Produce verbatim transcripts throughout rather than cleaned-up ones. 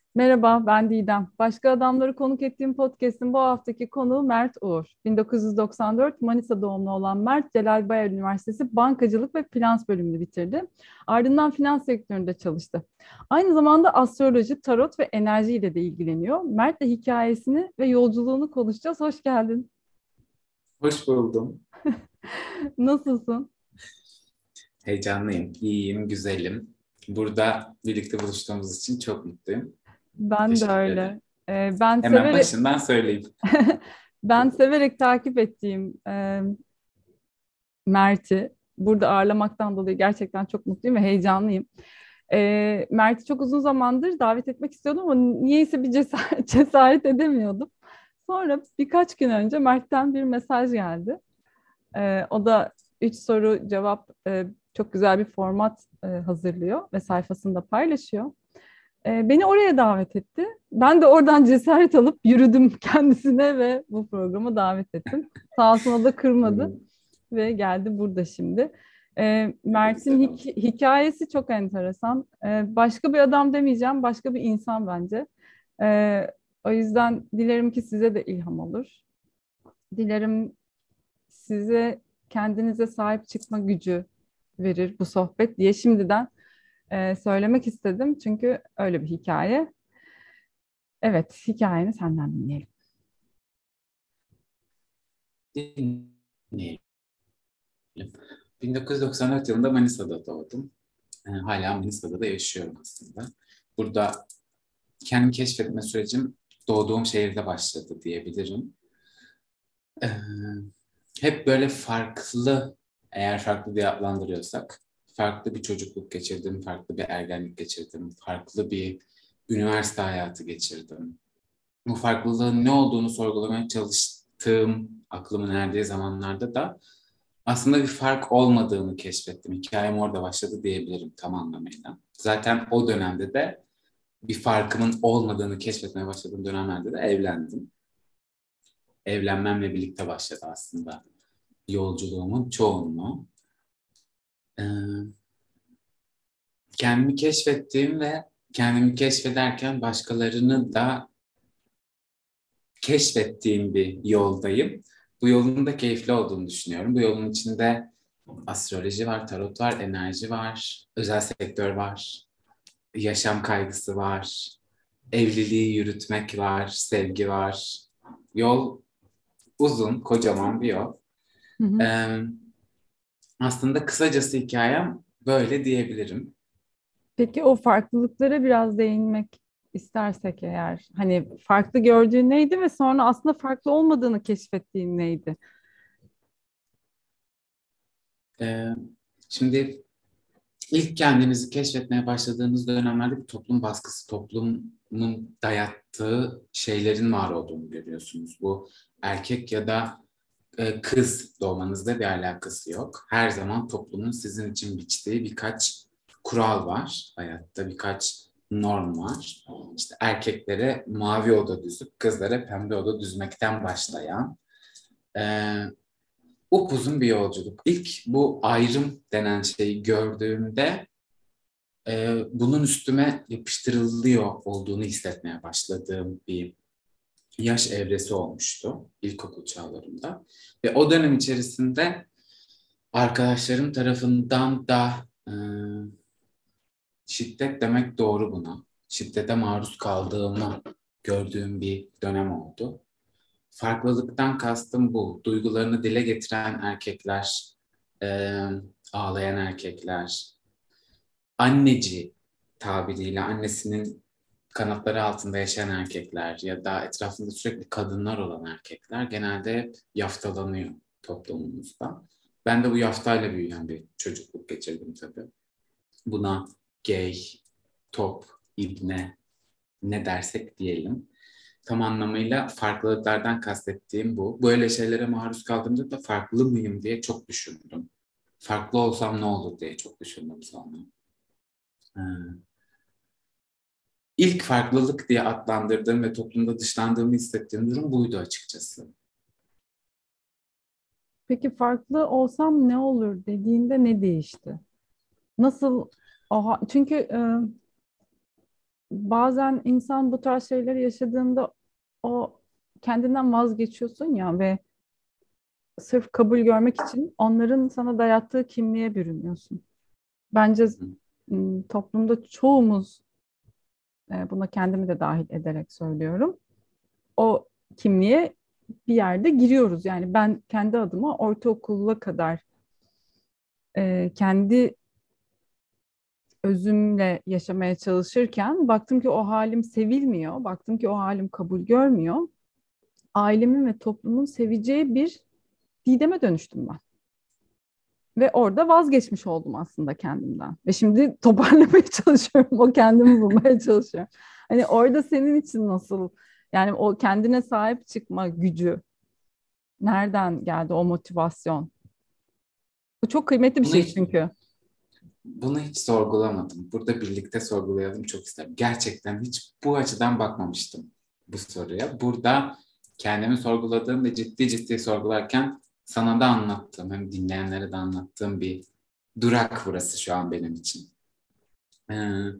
Merhaba, ben Didem. Başka adamları konuk ettiğim podcast'in bu haftaki konuğu Mert Uğur. bin dokuz yüz doksan dört Manisa doğumlu olan Mert, Celal Bayar Üniversitesi Bankacılık ve Finans bölümünü bitirdi. Ardından finans sektöründe çalıştı. Aynı zamanda astroloji, tarot ve enerji ile de ilgileniyor. Mert'le hikayesini ve yolculuğunu konuşacağız. Hoş geldin. Hoş buldum. Nasılsın? Heyecanlıyım, iyiyim, güzelim. Burada birlikte buluştuğumuz için çok mutluyum. Ben de Teşekkür öyle. ederim. Ee, ben Hemen severek başından söyleyeyim. ben severek takip ettiğim e, Mert'i burada ağırlamaktan dolayı gerçekten çok mutluyum ve heyecanlıyım. Ee, Mert'i çok uzun zamandır davet etmek istiyordum ama niyeyse bir cesaret, cesaret edemiyordum. Sonra birkaç gün önce Mert'ten bir mesaj geldi. Ee, o da üç soru cevap e, çok güzel bir format e, hazırlıyor ve sayfasında paylaşıyor. Ee, beni oraya davet etti. Ben de oradan cesaret alıp yürüdüm kendisine ve bu programa davet ettim. Sağ olsun o da kırmadı Hmm, ve geldi burada şimdi. Ee, Ne de Mert'in güzel oldu. hik- hikayesi çok enteresan. Ee, başka bir adam demeyeceğim, başka bir insan bence. Ee, O yüzden dilerim ki size de ilham olur. Dilerim size kendinize sahip çıkma gücü verir bu sohbet diye şimdiden e, söylemek istedim. Çünkü öyle bir hikaye. Evet, hikayeni senden dinleyelim. Dinleyelim. bin dokuz yüz doksan dört yılında Manisa'da doğdum. Ee, hala Manisa'da da yaşıyorum aslında. Burada kendimi keşfetme sürecim doğduğum şehirde başladı diyebilirim. Ee, Hep böyle farklı, eğer farklı diye adlandırıyorsak, farklı bir çocukluk geçirdim, farklı bir ergenlik geçirdim, farklı bir üniversite hayatı geçirdim. Bu farklılığın ne olduğunu sorgulamaya çalıştığım, aklımın erdiği zamanlarda da aslında bir fark olmadığını keşfettim. Hikayem orada başladı diyebilirim tam anlamıyla. Zaten o dönemde de bir farkımın olmadığını keşfetmeye başladığım dönemlerde de evlendim. Evlenmemle birlikte başladı aslında yolculuğumun çoğunluğu. Ee, Kendimi keşfettiğim ve kendimi keşfederken başkalarını da keşfettiğim bir yoldayım. Bu yolun da keyifli olduğunu düşünüyorum. Bu yolun içinde astroloji var, tarot var, enerji var, özel sektör var, yaşam kaygısı var, evliliği yürütmek var, sevgi var. Yol uzun, kocaman bir yol. Hı hı. Ee, Aslında kısacası hikayem böyle diyebilirim. Peki o farklılıklara biraz değinmek istersek eğer, hani farklı gördüğün neydi ve sonra aslında farklı olmadığını keşfettiğin neydi? Ee, Şimdi İlk kendinizi keşfetmeye başladığınız dönemlerde bir toplum baskısı, toplumun dayattığı şeylerin var olduğunu görüyorsunuz. Bu erkek ya da e, kız doğmanızda bir alakası yok. Her zaman toplumun sizin için biçtiği birkaç kural var hayatta, birkaç norm var. İşte erkeklere mavi oda düzüp kızlara pembe oda düzmekten başlayan e, upuzun bir yolculuk. İlk bu ayrım denen şeyi gördüğümde e, bunun üstüme yapıştırılıyor olduğunu hissetmeye başladığım bir yaş evresi olmuştu ilkokul çağlarımda. Ve o dönem içerisinde arkadaşlarım tarafından da e, şiddet demek doğru buna. Şiddete maruz kaldığımı gördüğüm bir dönem oldu. Farklılıktan kastım bu. Duygularını dile getiren erkekler, e, ağlayan erkekler, anneci tabiriyle annesinin kanatları altında yaşayan erkekler ya da etrafında sürekli kadınlar olan erkekler genelde hep yaftalanıyor toplumumuzda. Ben de bu yaftayla büyüyen bir çocukluk geçirdim tabii. Buna gay, top, ibne ne dersek diyelim. Tam anlamıyla farklılıklardan kastettiğim bu. Böyle şeylere maruz kaldığımda da farklı mıyım diye çok düşündüm. Farklı olsam ne olur diye çok düşündüm sonra. Ha. İlk farklılık diye adlandırdığım ve toplumda dışlandığımı hissettiğim durum buydu açıkçası. Peki farklı olsam ne olur dediğinde ne değişti? Nasıl? Oha, çünkü e, bazen insan bu tarz şeyleri yaşadığında o kendinden vazgeçiyorsun ya ve sırf kabul görmek için onların sana dayattığı kimliğe bürünüyorsun. Bence m, toplumda çoğumuz, e, buna kendimi de dahil ederek söylüyorum, o kimliğe bir yerde giriyoruz. Yani ben kendi adıma ortaokula kadar e, kendi özümle yaşamaya çalışırken baktım ki o halim sevilmiyor. Baktım ki o halim kabul görmüyor. Ailemin ve toplumun seveceği bir Didem'e dönüştüm ben. Ve orada vazgeçmiş oldum aslında kendimden. Ve şimdi toparlamaya çalışıyorum. O kendimi bulmaya çalışıyorum. Hani orada senin için nasıl, yani o kendine sahip çıkma gücü nereden geldi, o motivasyon? Bu çok kıymetli bir Bunu şey hiç çünkü. bunu hiç sorgulamadım. Burada birlikte sorgulayalım çok isterim. Gerçekten hiç bu açıdan bakmamıştım bu soruya. Burada kendimi sorguladığım ve ciddi ciddi sorgularken sana da anlattığım, hem dinleyenlere de anlattığım bir durak burası şu an benim için. Ee,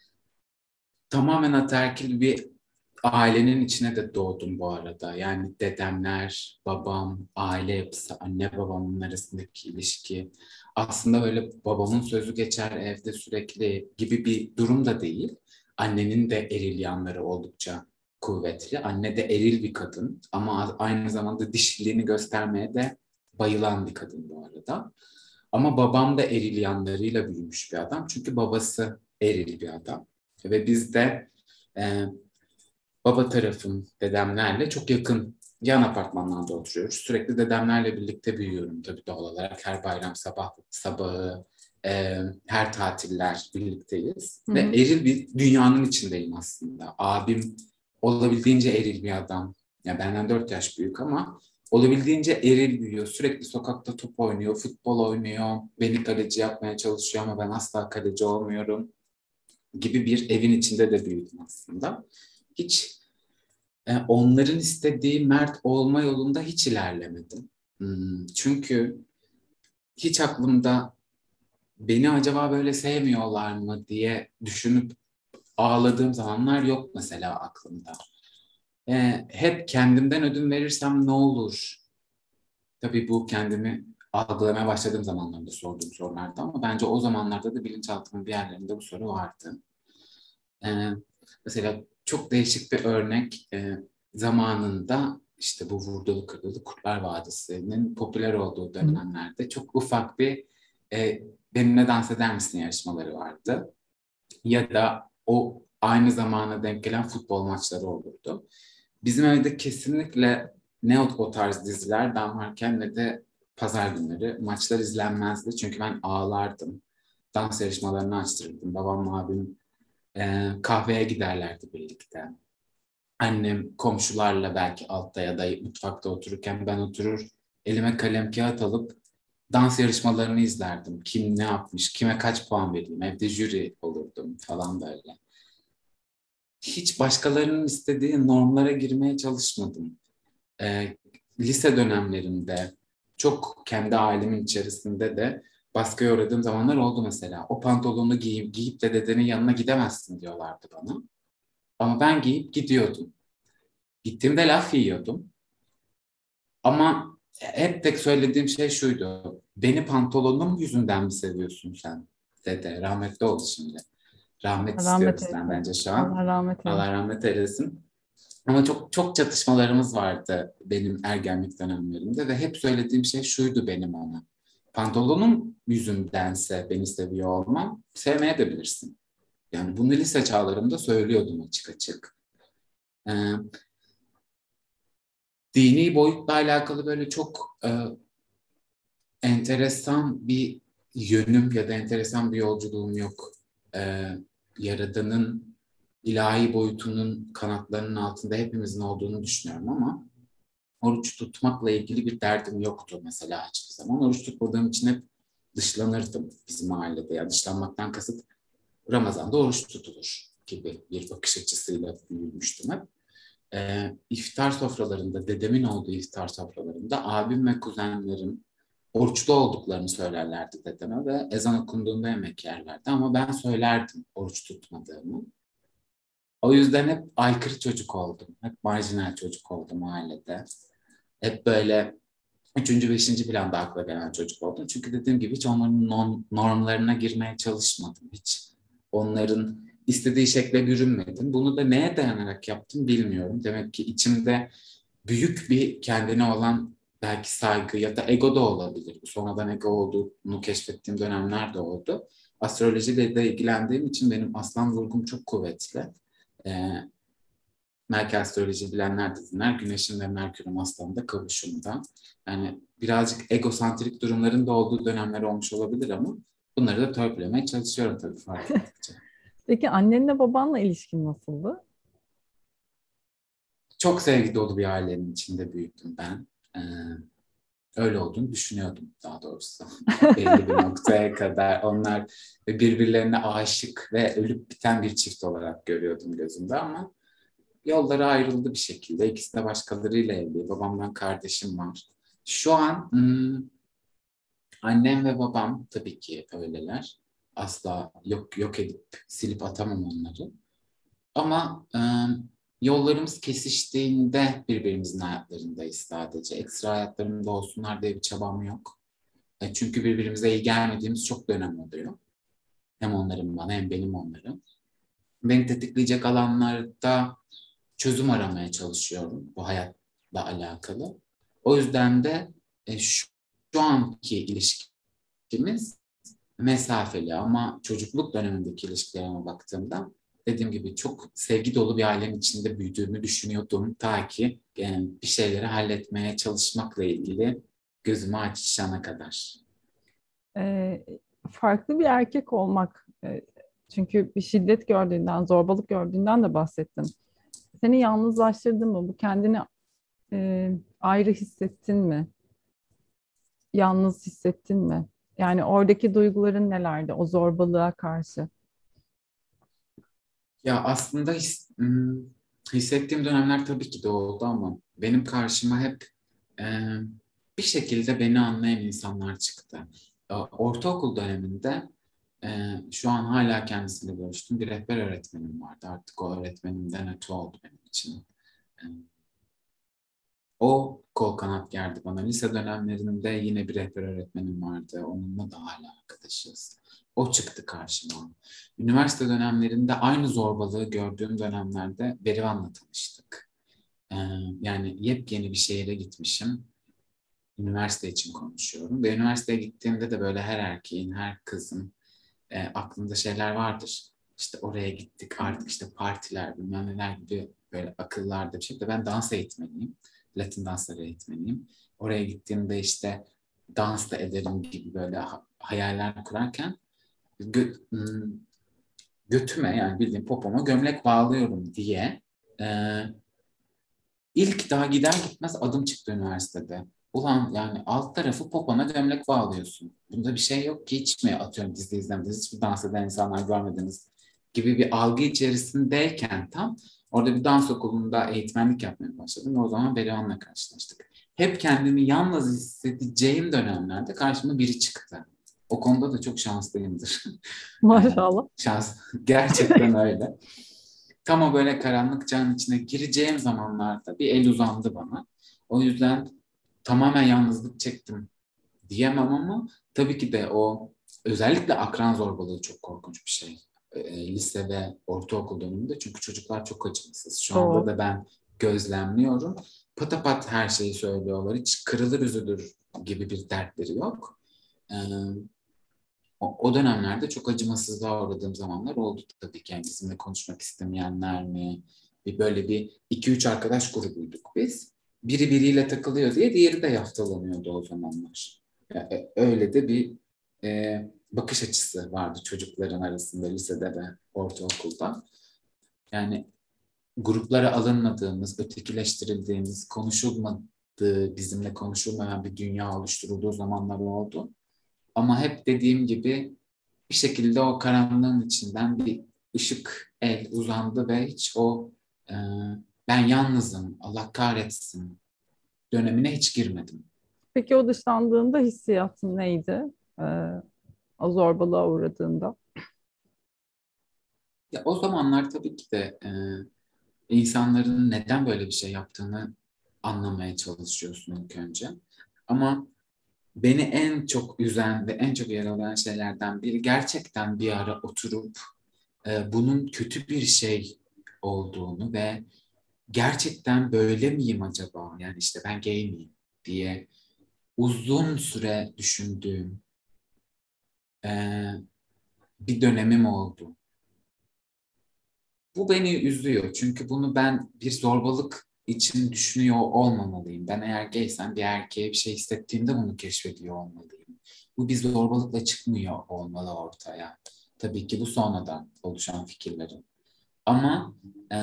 Tamamen ataerkil bir ailenin içine de doğdum bu arada. Yani dedemler, babam, aile yapısı, anne babamın arasındaki ilişki. Aslında öyle babamın sözü geçer evde sürekli gibi bir durum da değil. Annenin de eril yanları oldukça kuvvetli. Anne de eril bir kadın ama aynı zamanda dişiliğini göstermeye de bayılan bir kadın bu arada. Ama babam da eril yanlarıyla büyümüş bir adam. Çünkü babası eril bir adam. Ve biz de e, baba tarafım dedemlerle çok yakın yan apartmanlarda oturuyoruz. Sürekli dedemlerle birlikte büyüyorum tabii doğal olarak. Her bayram sabah sabahı, e, her tatiller birlikteyiz. Hı Ve hı. eril bir dünyanın içindeyim aslında. Abim olabildiğince eril bir adam. Ya benden dört yaş büyük ama olabildiğince eril büyüyor. Sürekli sokakta top oynuyor, futbol oynuyor. Beni kaleci yapmaya çalışıyor ama ben asla kaleci olmuyorum gibi bir evin içinde de büyüdüm aslında. Hiç e, onların istediği mert olma yolunda hiç ilerlemedim. Hmm, çünkü hiç aklımda beni acaba böyle sevmiyorlar mı diye düşünüp ağladığım zamanlar yok mesela aklımda. E, hep kendimden ödün verirsem ne olur? Tabii bu kendimi algılamaya başladığım zamanlarda sorduğum sorulardı ama bence o zamanlarda da bilinçaltımın bir yerlerinde bu soru vardı. Ee, Mesela çok değişik bir örnek, e, zamanında işte bu Vurdulu Kırdılı Kurtlar Vadisi'nin popüler olduğu Hı hı. dönemlerde çok ufak bir e, benimle dans eder misin yarışmaları vardı. Ya da o aynı zamana denk gelen futbol maçları olurdu. Bizim evde kesinlikle ne o, o tarz diziler ben varken ne de pazar günleri maçlar izlenmezdi. Çünkü ben ağlardım. Dans yarışmalarını açtırırdım. Babam, abim e, kahveye giderlerdi birlikte. Annem komşularla belki altta ya da mutfakta otururken ben oturur elime kalem kağıt alıp dans yarışmalarını izlerdim. Kim ne yapmış, kime kaç puan vereyim, evde jüri olurdum falan böyle. Hiç başkalarının istediği normlara girmeye çalışmadım. E, Lise dönemlerinde çok kendi ailemin içerisinde de baskıya uğradığım zamanlar oldu mesela. O pantolonu giyip, giyip de dedenin yanına gidemezsin diyorlardı bana. Ama ben giyip gidiyordum. Gittiğimde laf yiyordum. Ama hep tek söylediğim şey şuydu. Beni pantolonum yüzünden mi seviyorsun sen? Dede. Rahmetli oldu şimdi. Rahmet Allah istiyor rahmet bizden eylesin. bence şu an. Allah rahmet eylesin. Allah rahmet eylesin. Ama çok çok çatışmalarımız vardı benim ergenlik dönemlerimde ve hep söylediğim şey şuydu benim ona. Pantolonum yüzündense beni seviyor olmam, sevmeye de bilirsin. Yani bunu lise çağlarımda söylüyordum açık açık. Ee, Dini boyutla alakalı böyle çok e, enteresan bir yönüm ya da enteresan bir yolculuğum yok. E, Yaradan'ın ilahi boyutunun kanatlarının altında hepimizin olduğunu düşünüyorum ama oruç tutmakla ilgili bir derdim yoktu mesela hiçbir zaman. Oruç tutmadığım için hep dışlanırdım bizim ailede. Ya dışlanmaktan kasıt Ramazan'da oruç tutulur gibi bir bakış açısıyla büyümüştüm hep. Ee, iftar sofralarında, dedemin olduğu iftar sofralarında abim ve kuzenlerim oruçlu olduklarını söylerlerdi dedeme ve ezan okunduğunda yemek yerlerdi. Ama ben söylerdim oruç tutmadığımı. O yüzden hep aykırı çocuk oldum. Hep marjinal çocuk oldum ailede. Hep böyle üçüncü, beşinci planda akla gelen çocuk oldum. Çünkü dediğim gibi hiç onların norm, normlarına girmeye çalışmadım. Hiç onların istediği şekle bürünmedim. Bunu da neye dayanarak yaptım bilmiyorum. Demek ki içimde büyük bir kendine olan belki saygı ya da ego da olabilir. Bu sonradan ego olduğunu keşfettiğim dönemler de oldu. Astrolojiyle de ilgilendiğim için benim aslan vurgum çok kuvvetli. Ee, Merkez Astroloji bilenler de dinler. Güneşin ve Merkür'ün Aslan'da kavuşumda. Yani birazcık egosantrik durumların da olduğu dönemler olmuş olabilir ama bunları da törpülemeye çalışıyorum tabii fark ettikçe. Peki annenle babanla ilişkin nasıldı? Çok sevgi dolu bir ailenin içinde büyüdüm ben. Ee, öyle olduğunu düşünüyordum daha doğrusu. Belli bir noktaya kadar onlar birbirlerine aşık ve ölüp biten bir çift olarak görüyordum gözümde ama yolları ayrıldı bir şekilde. İkisi de başkalarıyla evli. Babamdan kardeşim var. Şu an hmm, annem ve babam tabii ki öyleler. Asla yok yok edip silip atamam onları. Ama e, yollarımız kesiştiğinde birbirimizin hayatlarındayız sadece. Ekstra hayatlarında olsunlar diye bir çabam yok. E, çünkü birbirimize iyi gelmediğimiz çok dönem oluyor. Hem onların bana hem benim onların. Beni tetikleyecek alanlarda çözüm aramaya çalışıyorum bu hayatla alakalı. O yüzden de e, şu, şu anki ilişkimiz mesafeli ama çocukluk dönemindeki ilişkilerime baktığımda dediğim gibi çok sevgi dolu bir ailenin içinde büyüdüğümü düşünüyordum. Ta ki e, bir şeyleri halletmeye çalışmakla ilgili gözümü açışana kadar. Ee, Farklı bir erkek olmak, e, çünkü bir şiddet gördüğünden, zorbalık gördüğünden de bahsettin. Seni yalnızlaştırdı mı? Bu kendini e, ayrı hissettin mi? Yalnız hissettin mi? Yani oradaki duyguların nelerdi o zorbalığa karşı? Ya aslında his- hmm, hissettiğim dönemler tabii ki de oldu ama benim karşıma hep e, bir şekilde beni anlayan insanlar çıktı. E, Ortaokul döneminde e, şu an hala kendisiyle görüştüm. Bir rehber öğretmenim vardı. Artık o öğretmenimden öte oldu benim için. E, O kol kanat gerdi bana. Lise dönemlerinde yine bir rehber öğretmenim vardı. Onunla da hala arkadaşız. O çıktı karşıma. Üniversite dönemlerinde aynı zorbalığı gördüğüm dönemlerde Berivan'la tanıştık. Ee, yani yepyeni bir şehire gitmişim. Üniversite için konuşuyorum. Ve üniversiteye gittiğimde de böyle her erkeğin, her kızın e, aklında şeyler vardır. İşte oraya gittik artık işte partiler bilmem neler gibi böyle akıllarda bir şey. De ben dans eğitmeniyim. Latin dansları eğitmeniyim. Oraya gittiğimde işte dans da ederim gibi böyle ha- hayaller kurarken gö- hmm, götüme yani bildiğim popoma gömlek bağlıyorum diye e, ilk daha gider gitmez adım çıktı üniversitede. Ulan yani alt tarafı popona gömlek bağlıyorsun. Bunda bir şey yok ki hiç mi atıyorum dizi izlemediniz, hiçbir dans eden insanlar görmediniz gibi bir algı içerisindeyken tam orada bir dans okulunda eğitmenlik yapmaya başladım ve o zaman Berivan'la karşılaştık. Hep kendimi yalnız hissedeceğim dönemlerde karşıma biri çıktı. O konuda da çok şanslıyımdır. Ee, Maşallah. şans gerçekten öyle. Tam o böyle karanlık çağın içine gireceğim zamanlarda bir el uzandı bana. O yüzden tamamen yalnızlık çektim diyemem ama tabii ki de o özellikle akran zorbalığı çok korkunç bir şey. E, lise ve ortaokul döneminde çünkü çocuklar çok acımasız. Şu anda Doğru. da ben gözlemliyorum. Patapat her şeyi söylüyorlar. Hiç kırılır üzülür gibi bir dertleri yok. E, o, o dönemlerde çok acımasızlığa uğradığım zamanlar oldu tabii ki. Yani bizimle konuşmak istemeyenler mi? Bir böyle bir iki üç arkadaş grubuyduk biz. Biri biriyle takılıyor diye diğeri de yaftalanıyordu o zamanlar. Yani e, öyle de bir e, bakış açısı vardı çocukların arasında lisede ve ortaokulda. Yani gruplara alınmadığımız, ötekileştirildiğimiz, konuşulmadığı, bizimle konuşulmayan bir dünya oluşturulduğu zamanlar oldu. Ama hep dediğim gibi bir şekilde o karanlığın içinden bir ışık el uzandı ve hiç o e, ben yalnızım, Allah kahretsin dönemine hiç girmedim. Peki o dışlandığında hissiyatın neydi? Ee, O zorbalığa uğradığında. Ya o zamanlar tabii ki de e, insanların neden böyle bir şey yaptığını anlamaya çalışıyorsun ilk önce. Ama beni en çok üzen ve en çok yaralayan şeylerden biri gerçekten bir ara oturup e, bunun kötü bir şey olduğunu ve gerçekten böyle miyim acaba? Yani işte ben gay miyim diye uzun süre düşündüğüm e, bir dönemim oldu. Bu beni üzüyor çünkü bunu ben bir zorbalık için düşünüyor olmamalıyım. Ben eğer gaysem bir erkeğe bir şey hissettiğimde bunu keşfediyor olmalıyım. Bu bir zorbalıkla çıkmıyor olmalı ortaya. Tabii ki bu sonradan oluşan fikirlerim. Ama e,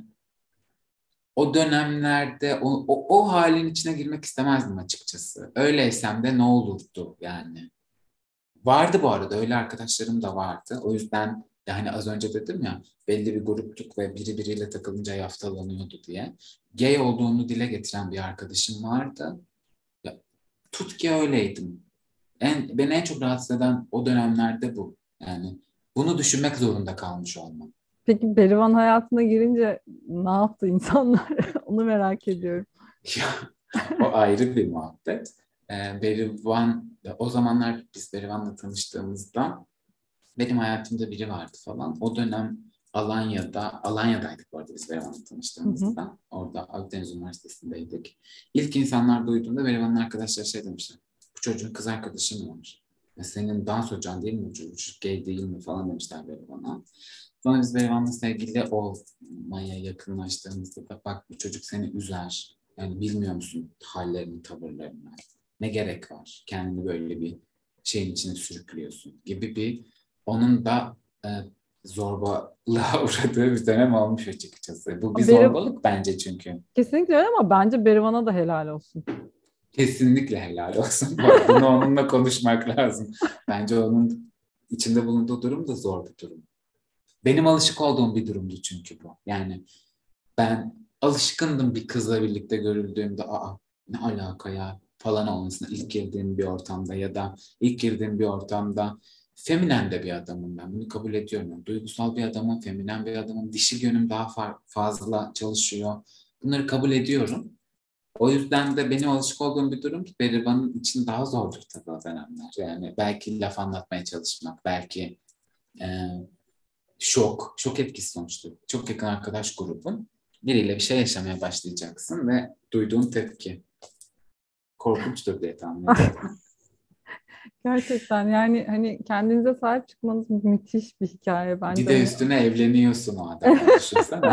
o dönemlerde o, o, o halin içine girmek istemezdim açıkçası. Öyleysem de ne olurdu yani. Vardı bu arada öyle arkadaşlarım da vardı. O yüzden yani az önce dedim ya belli bir gruptuk ve biri biriyle takılınca yaftalanıyordu diye. Gay olduğunu dile getiren bir arkadaşım vardı. Ya, tut ki öyleydim. En, beni en çok rahatsız eden o dönemlerde bu. Yani bunu düşünmek zorunda kalmış olmam. Peki Berivan hayatına girince ne yaptı insanlar? Onu merak ediyorum. Ya, o ayrı bir muhabbet. Ee, Berivan, o zamanlar biz Berivan'la tanıştığımızda benim hayatımda biri vardı falan. O dönem Alanya'da, Alanya'daydık bu arada biz Berivan'la Hı hı. tanıştığımızda. Orada Akdeniz Üniversitesi'ndeydik. İlk insanlar duyduğunda Berivan'ın arkadaşlar şey demişler. Bu çocuğun kız arkadaşı mı var? Ya senin dans hocan değil mi bu çocuk? Bu çocuk gay değil mi falan demişler Berivan'a. Sonra biz Berivan'la sevgili olmaya yakınlaştığımızda da bak bu çocuk seni üzer. Yani bilmiyor musun hallerini, tavırlarını? Ne gerek var? Kendini böyle bir şeyin içine sürüklüyorsun gibi bir onun da e, zorbalığa uğradığı bir dönem olmuş açıkçası. Bu bir Beri, zorbalık bence çünkü. kesinlikle öyle ama bence Berivan'a da helal olsun. Kesinlikle helal olsun. Bak, bunu onunla konuşmak lazım. Bence onun içinde bulunduğu durum da zor bir durum. Benim alışık olduğum bir durumdu çünkü bu. Yani ben alışkındım bir kızla birlikte görüldüğümde aa ne alaka ya falan olmasına ilk girdiğim bir ortamda ya da ilk girdiğim bir ortamda feminen de bir adamım ben bunu kabul ediyorum. Yani duygusal bir adamım, feminen bir adamım, dişil yönüm daha fa- fazla çalışıyor. Bunları kabul ediyorum. O yüzden de benim alışık olduğum bir durum Berivan'ın için daha zordur tabii o dönemler. Yani belki laf anlatmaya çalışmak, belki e, şok, şok etkisi sonuçta. Çok yakın arkadaş grubun. Biriyle bir şey yaşamaya başlayacaksın ve duyduğun tepki korkunçtur diye tahmin ediyorum. Gerçekten yani hani kendinize sahip çıkmanız müthiş bir hikaye bence. Bir de Hani üstüne evleniyorsun o adamla düşünsene.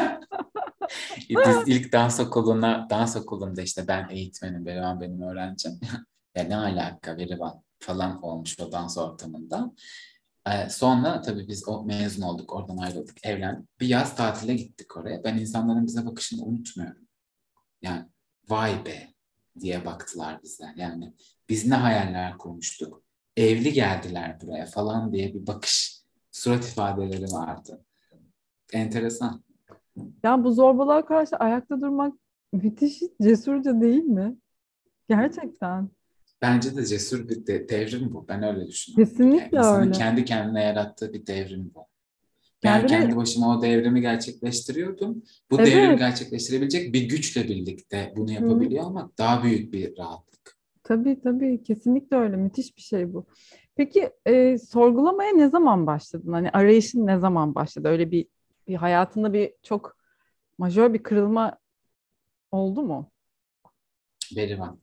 Biz ilk dans okuluna, dans okulunda işte ben eğitmenim, Berivan benim öğrencim. Ya ne alaka Berivan falan olmuş o dans ortamında. Ee, sonra tabii biz o mezun olduk, oradan ayrıldık, evlendik. Bir yaz tatile gittik oraya. Ben insanların bize bakışını unutmuyorum. Yani vay be diye baktılar bize. Yani biz ne hayaller kurmuştuk. Evli geldiler buraya falan diye bir bakış, surat ifadeleri vardı. Enteresan. ya bu zorbalığa karşı ayakta durmak müthiş cesurca değil mi? Gerçekten. Bence de cesur bir de- devrim bu. Ben öyle düşünüyorum. Yani Kesinlikle insanın öyle. kendi kendine yarattığı bir devrim bu. Ben Kendine kendi başıma o devrimi gerçekleştiriyordum. Bu devrimi evet. gerçekleştirebilecek bir güçle birlikte bunu Hı. yapabiliyor olmak daha büyük bir rahatlık. Tabii tabii kesinlikle öyle. Müthiş bir şey bu. Peki e, sorgulamaya ne zaman başladın? Hani arayışın ne zaman başladı? Öyle bir, bir hayatında bir çok majör bir kırılma oldu mu? Berivan.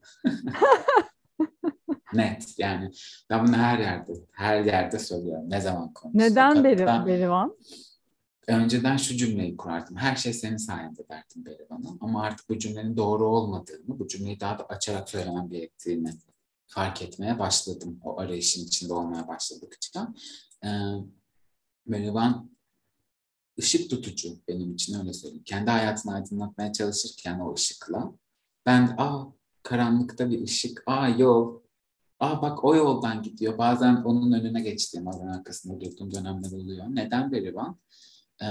Net yani ben bunu her yerde her yerde söylüyorum ne zaman konuşsak Neden Beri, hatta Berivan? önceden şu cümleyi kurardım her şey senin sayende derdim Berivan'a ama artık bu cümlenin doğru olmadığını bu cümleyi daha da açarak söylemem gerektiğini fark etmeye başladım o arayışın içinde olmaya başladıkça. Ee, Berivan ışık tutucu benim için öyle söyleyeyim. Kendi hayatını aydınlatmaya çalışırken o ışıkla ben aa karanlıkta bir ışık, aa yol, aa bak o yoldan gidiyor. Bazen onun önüne geçtiğim, bazen arkasında durduğum dönemler oluyor. Neden Berivan? Ee,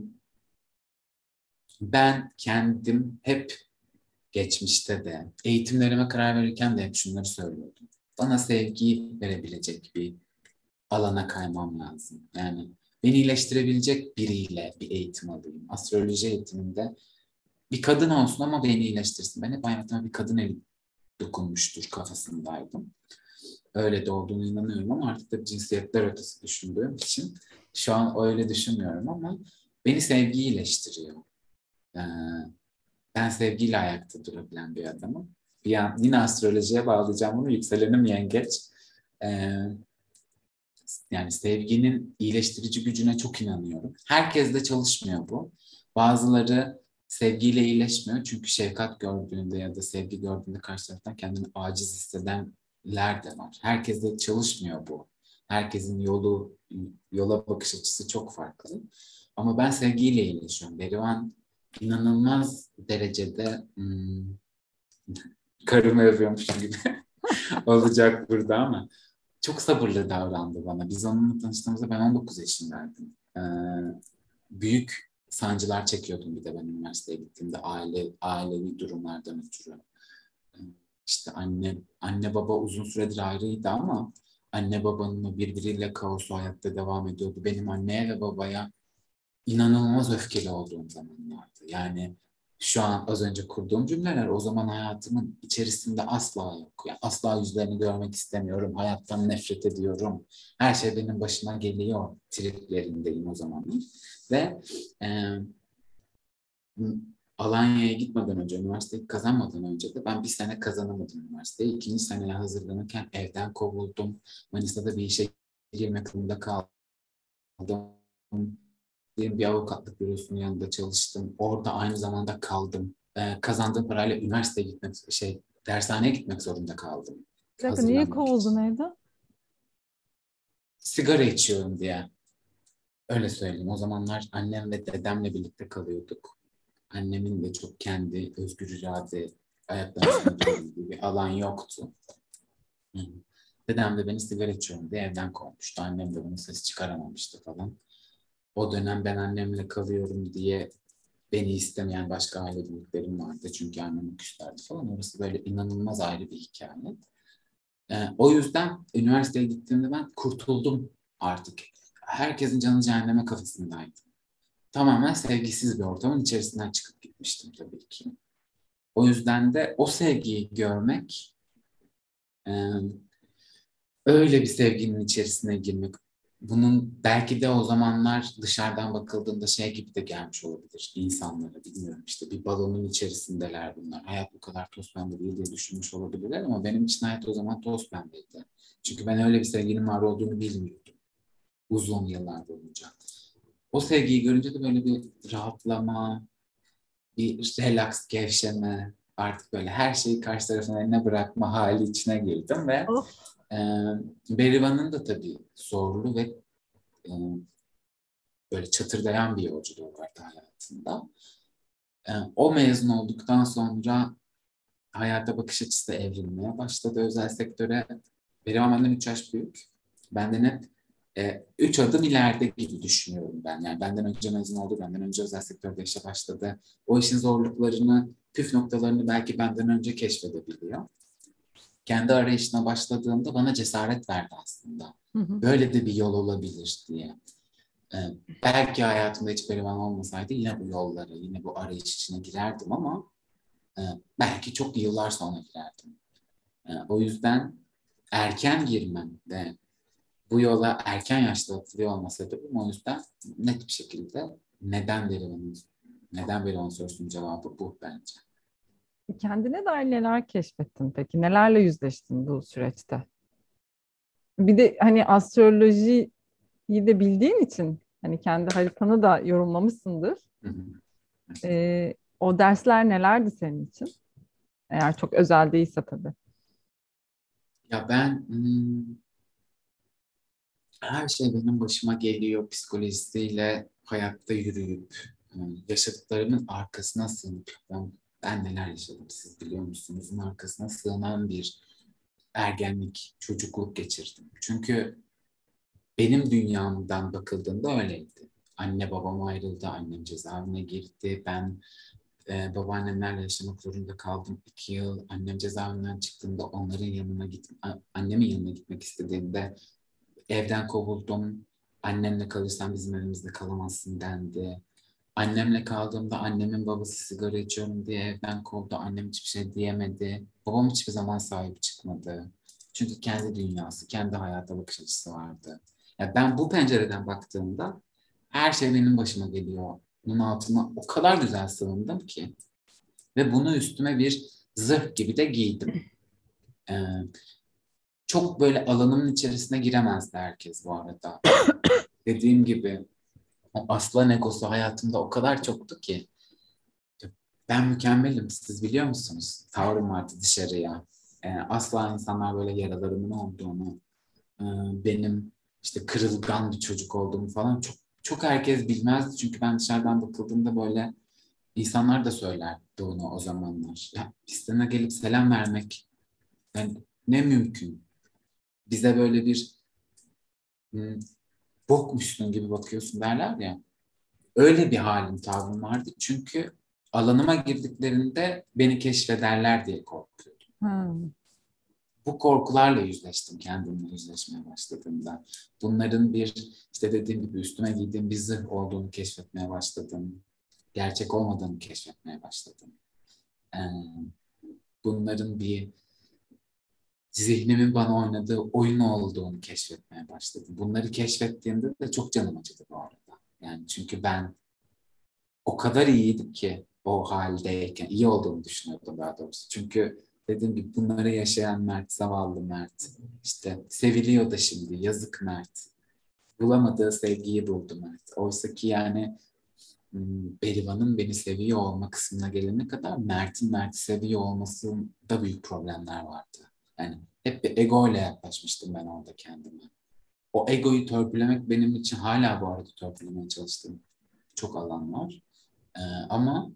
ben kendim hep geçmişte de, eğitimlerime karar verirken de hep şunları söylüyordum. Bana sevgiyi verebilecek bir alana kaymam lazım. Yani beni iyileştirebilecek biriyle bir eğitim alayım. Astroloji eğitiminde bir kadın olsun ama beni iyileştirsin. Ben hep hayatıma bir kadın eli dokunmuştur kafasındaydım. Öyle de olduğunu inanıyorum ama artık da cinsiyetler ötesi düşündüğüm için şu an öyle düşünmüyorum ama beni sevgi iyileştiriyor. Ee, ben sevgiyle ayakta durabilen bir adamım. Bir an, yine astrolojiye bağlayacağım bunu. Yükselenim yengeç. Ee, yani sevginin iyileştirici gücüne çok inanıyorum. Herkes de çalışmıyor bu. Bazıları sevgiyle iyileşmiyor çünkü şefkat gördüğünde ya da sevgi gördüğünde karşı taraftan kendini aciz hissedenler de var. Herkes de çalışmıyor bu. Herkesin yolu, yola bakış açısı çok farklı. Ama ben sevgiyle iyileşiyorum. Berivan inanılmaz derecede hmm, karımı övüyormuşum gibi olacak burada ama çok sabırlı davrandı bana. Biz onunla tanıştığımızda ben on dokuz yaşındaydım. Ee, büyük sancılar çekiyordum bir de ben üniversiteye gittiğimde aile ailevi durumlardan ötürü. Ee, işte anne anne baba uzun süredir ayrıydı ama anne babanın o birbiriyle kaosu hayatta devam ediyordu. Benim anneye ve babaya inanılmaz öfkeli olduğum zamanlardı. Yani şu an az önce kurduğum cümleler o zaman hayatımın içerisinde asla yok. Yani asla yüzlerini görmek istemiyorum. Hayattan nefret ediyorum. Her şey benim başıma geliyor triplerindeyim o zamanlar. Ve e, Alanya'ya gitmeden önce, üniversiteyi kazanmadan önce de ben bir sene kazanamadım üniversiteyi. İkinci seneye hazırlanırken evden kovuldum. Manisa'da bir işe girmek zorunda kaldım. Bir avukatlık bürosunun yanında çalıştım. Orada aynı zamanda kaldım. Ee, kazandığım parayla üniversiteye gitmek, şey, dershaneye gitmek zorunda kaldım. Bir dakika, niye Hazırlanmak kovuldun için. evden? Sigara içiyorum diye. Öyle söyleyeyim. O zamanlar annem ve dedemle birlikte kalıyorduk. Annemin de çok kendi özgür irade ayakları üstünde durabildiği bir alan yoktu. Hı. Dedem de beni sigara içiyorum diye evden kovmuştu. Annem de bunun ses çıkaramamıştı falan. O dönem ben annemle kalıyorum diye beni istemeyen başka aile büyüklerim vardı. Çünkü annemi küslerdi falan. Orası böyle inanılmaz ayrı bir hikaye. Ee, o yüzden üniversiteye gittiğimde ben kurtuldum artık. Herkesin canı cehenneme kafasındaydı. Tamamen sevgisiz bir ortamın içerisinden çıkıp gitmiştim tabii ki. O yüzden de o sevgiyi görmek, e, öyle bir sevginin içerisine girmek, bunun belki de o zamanlar dışarıdan bakıldığında şey gibi de gelmiş olabilir insanlara, bilmiyorum işte bir balonun içerisindeler bunlar. Hayat bu kadar toz pembe değil diye düşünmüş olabilirler ama benim için hayat o zaman toz pembeydi. Çünkü ben öyle bir sevginin var olduğunu bilmiyordum uzun yıllar boyunca. O sevgiyi görünce de böyle bir rahatlama, bir relax, gevşeme, artık böyle her şeyi karşı tarafın eline bırakma hali içine girdim ve Of. e, Berivan'ın da tabii zorlu ve e, böyle çatırdayan bir yolculuğu vardı hayatında. E, o mezun olduktan sonra hayata bakış açısı da evrilmeye başladı özel sektöre. Berivan benden üç yaş büyük. Benden hep e, üç adım ileride gibi düşünüyorum ben. Yani benden önce mezun oldu, benden önce özel sektörde işe başladı. O işin zorluklarını, püf noktalarını belki benden önce keşfedebiliyor. Kendi arayışına başladığımda bana cesaret verdi aslında. Hı hı. Böyle de bir yol olabilir diye. Ee, belki hayatımda hiç Berivan olmasaydı yine bu yollara, yine bu arayış içine girerdim ama e, belki çok yıllar sonra girerdim. E, o yüzden erken girmem ve bu yola erken yaşta atılıyor olma sebebim o yüzden net bir şekilde neden Berivan'ın neden Berivan sorusunun cevabı bu bence. Kendine dair neler keşfettin peki? Nelerle yüzleştin bu süreçte? Bir de hani astrolojiyi de bildiğin için hani kendi haritanı da yorumlamışsındır. Hı hı. Ee, o dersler nelerdi senin için? Eğer çok özel değilse tabii. Ya ben hmm, her şey benim başıma geliyor psikolojisiyle hayatta yürüyüp e, yaşadıklarımın arkasına sığınıp ben, ben neler yaşadım siz biliyor musunuz? Bunun arkasına sığınan bir ergenlik, çocukluk geçirdim. Çünkü benim dünyamdan bakıldığında öyleydi. Anne babam ayrıldı, annem cezaevine girdi. Ben e, babaannemlerle yaşamak zorunda kaldım iki yıl. Annem cezaevinden çıktığında onların yanına git, annemin yanına gitmek istediğimde evden kovuldum. Annemle kalırsan bizim evimizde kalamazsın dendi. Annemle kaldığımda annemin babası sigara içiyorum diye evden kovdu. Annem hiçbir şey diyemedi. Babam hiçbir zaman sahip çıkmadı. Çünkü kendi dünyası, kendi hayata bakış açısı vardı. Ya ben bu pencereden baktığımda her şey benim başıma geliyor. Bunun altına o kadar güzel sığındım ki. Ve bunu üstüme bir zırh gibi de giydim. Ee, Çok böyle alanımın içerisine giremezdi herkes bu arada. Dediğim gibi o aslan egosu hayatımda o kadar çoktu ki. Ben mükemmelim, siz biliyor musunuz? Tavrım vardı dışarıya. Ee, asla insanlar böyle yaralarımın olduğunu, e, benim işte kırılgan bir çocuk olduğumu falan çok çok herkes bilmezdi. Çünkü ben dışarıdan bakıldığımda böyle insanlar da söylerdi onu o zamanlar. Ya biz sana gelip selam vermek yani ne mümkün. Bize böyle bir hmm, bokmuşsun gibi bakıyorsun derler ya. Öyle bir halim tavrım vardı. Çünkü alanıma girdiklerinde beni keşfederler diye korkuyordum. Hmm. Bu korkularla yüzleştim kendimle yüzleşmeye başladığımda. Bunların bir işte dediğim gibi üstüme giydiğim bir zırh olduğunu keşfetmeye başladım. Gerçek olmadığını keşfetmeye başladım. Ee, Bunların bir zihnimin bana oynadığı oyun olduğunu keşfetmeye başladım. Bunları keşfettiğimde de çok canım acıdı bu arada. Yani çünkü ben o kadar iyiydim ki o haldeyken, iyi olduğunu düşünüyordum daha doğrusu. Çünkü dediğim gibi bunları yaşayan Mert, zavallı Mert. İşte seviliyor da şimdi, yazık Mert. Bulamadığı sevgiyi buldu Mert. Oysa ki yani hmm, Berivan'ın beni seviyor olma kısmına gelene kadar Mert'in Mert'i seviyor olmasında büyük problemler vardı. Yani hep bir ego ile yaklaşmıştım ben orada kendime. O egoyu törpülemek benim için hala bu arada törpülemeye çalıştığım çok alan var. Ee, ama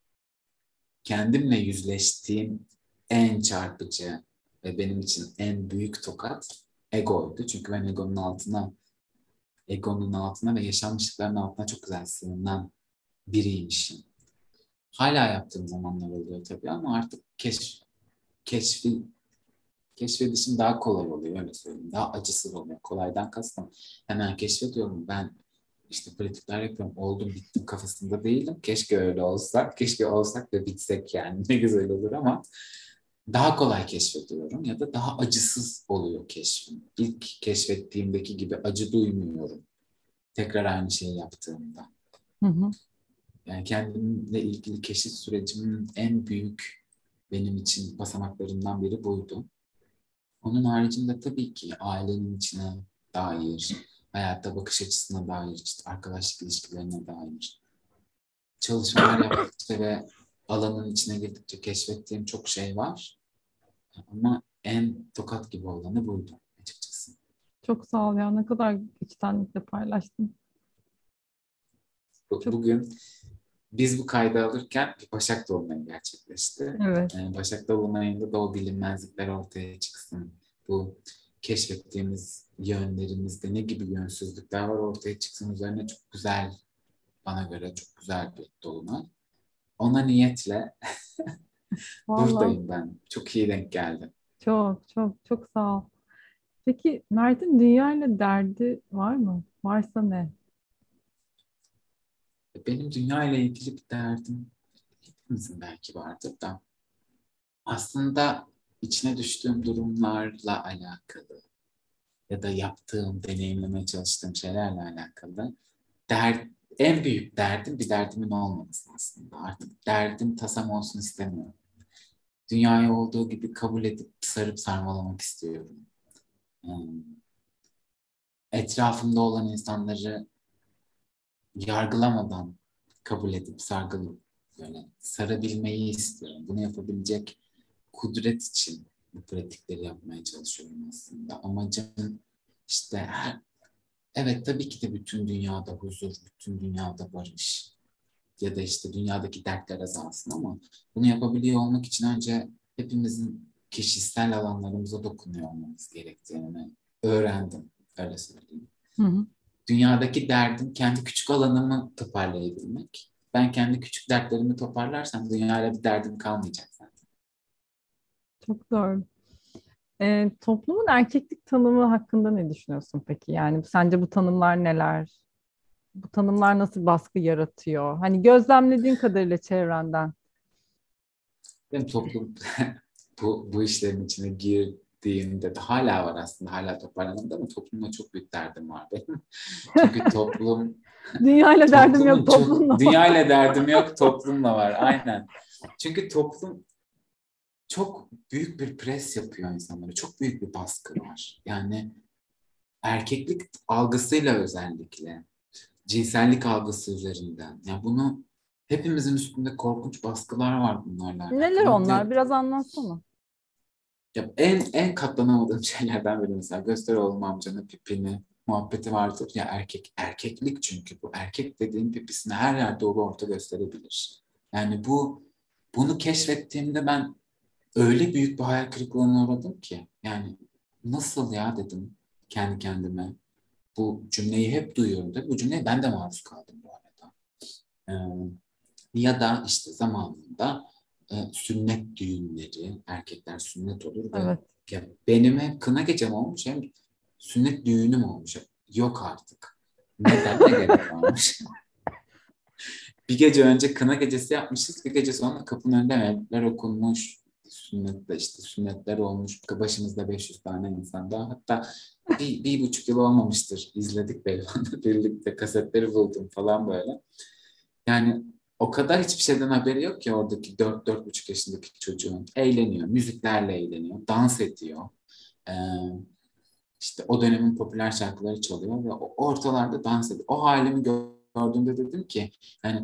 kendimle yüzleştiğim en çarpıcı ve benim için en büyük tokat egoydu. Çünkü ben egonun altına, egonun altına ve yaşanmışlıkların altına çok güzel sığınan biriymişim. Hala yaptığım zamanlar oluyor tabii ama artık keşf, keşfi, keşfedişim daha kolay oluyor öyle söyleyeyim. Daha acısız oluyor. Kolaydan kastım. Hemen keşfediyorum. Ben işte pratikler yapıyorum. Oldum bittim kafasında değilim. Keşke öyle olsak. Keşke olsak da bitsek yani. Ne güzel olur ama daha kolay keşfediyorum ya da daha acısız oluyor keşfim. İlk keşfettiğimdeki gibi acı duymuyorum. Tekrar aynı şeyi yaptığımda. Hı hı. Yani kendimle ilgili keşif sürecimin en büyük benim için basamaklarından biri buydu. Onun haricinde tabii ki ailenin içine dair, hayatta bakış açısına dair, işte arkadaşlık ilişkilerine dair çalışmalar yaptıkça ve alanın içine girdikçe keşfettiğim çok şey var. Ama en tokat gibi olanı buydu açıkçası. Çok sağ ol ya. Ne kadar içtenlikle paylaştın. Bu- Çok Bugün biz bu kaydı alırken bir Başak Dolunayı gerçekleşti. evet. Ee, Başak Dolunayı'nda da o bilinmezlikler ortaya çıksın. Bu keşfettiğimiz yönlerimizde ne gibi yönsüzlükler var ortaya çıksın üzerine çok güzel, bana göre çok güzel bir dolunay. Ona niyetle Vallahi buradayım ben. Çok iyi denk geldi. çok çok çok sağ ol. Peki Mert'in dünyayla derdi var mı? Varsa ne? Benim dünya ile ilgili bir derdim hepimizin belki vardır da aslında içine düştüğüm durumlarla alakalı ya da yaptığım, deneyimlemeye çalıştığım şeylerle alakalı der, en büyük derdim bir derdimin olmaması aslında. Artık derdim tasam olsun istemiyorum. Dünyayı olduğu gibi kabul edip sarıp sarmalamak istiyorum. Hmm. Etrafımda olan insanları yargılamadan kabul edip sargılıp böyle sarabilmeyi istiyorum. Bunu yapabilecek kudret için bu pratikleri yapmaya çalışıyorum aslında. Amacım işte her, evet tabii ki de bütün dünyada huzur, bütün dünyada barış ya da işte dünyadaki dertler azalsın ama bunu yapabiliyor olmak için önce hepimizin kişisel alanlarımıza dokunuyor olmamız gerektiğini öğrendim. Öyle söyleyeyim. Hı hı. Dünyadaki derdim kendi küçük alanımı toparlayabilmek. Ben kendi küçük dertlerimi toparlarsam dünyayla bir derdim kalmayacak zaten. Çok doğru. E, toplumun erkeklik tanımı hakkında ne düşünüyorsun peki? Yani sence bu tanımlar neler? Bu tanımlar nasıl baskı yaratıyor? Hani gözlemlediğin kadarıyla çevrenden. Benim toplum bu, bu işlerin içine girdiğimde de hala var aslında, hala toparlanmadı ama toplumla çok büyük derdim var benim. Çünkü toplum Dünyayla derdim yok, toplumun çok toplumla var. dünya ile derdim yok, toplumla var aynen. Çünkü toplum çok büyük bir pres yapıyor insanlara. Çok büyük bir baskı var. Yani erkeklik algısıyla özellikle cinsellik algısı üzerinden. Yani bunu hepimizin üstünde korkunç baskılar var bunlarla Neler alakalı. onlar? Ve Biraz anlatsana. ya en en katlanamadığım şeylerden biri mesela göster oğlum amcanın pipini muhabbeti vardır ya, erkek erkeklik, çünkü bu erkek dediğin pipisini her yerde dolu orta gösterebilir. Yani bu bunu keşfettiğimde ben öyle büyük bir hayal kırıklığına uğradım ki, yani nasıl ya dedim kendi kendime. Bu cümleyi hep duyuyorum da bu cümleye ben de maruz kaldım bu arada. Ee, Ya da işte zamanında e, sünnet düğünleri, erkekler sünnet olur ve Evet. ya benim hem kına gecem olmuş hem sünnet düğünüm olmuş. Yok artık. Neden? Ne gerek varmış? Bir gece önce kına gecesi yapmışız. Bir gece sonra kapının önünde mevlütler okunmuş. Sünnetle işte sünnetler olmuş. Başımızda beş yüz tane insan daha. Hatta bir, bir buçuk yıl olmamıştır. İzledik Beyvan'la birlikte. Kasetleri buldum falan böyle. Yani o kadar hiçbir şeyden haberi yok ki oradaki dört dört buçuk yaşındaki çocuğun. Eğleniyor. Müziklerle eğleniyor. Dans ediyor. Ee, işte o dönemin popüler şarkıları çalıyor ve o ortalarda dans ediyor. O halimi gördüğümde dedim ki yani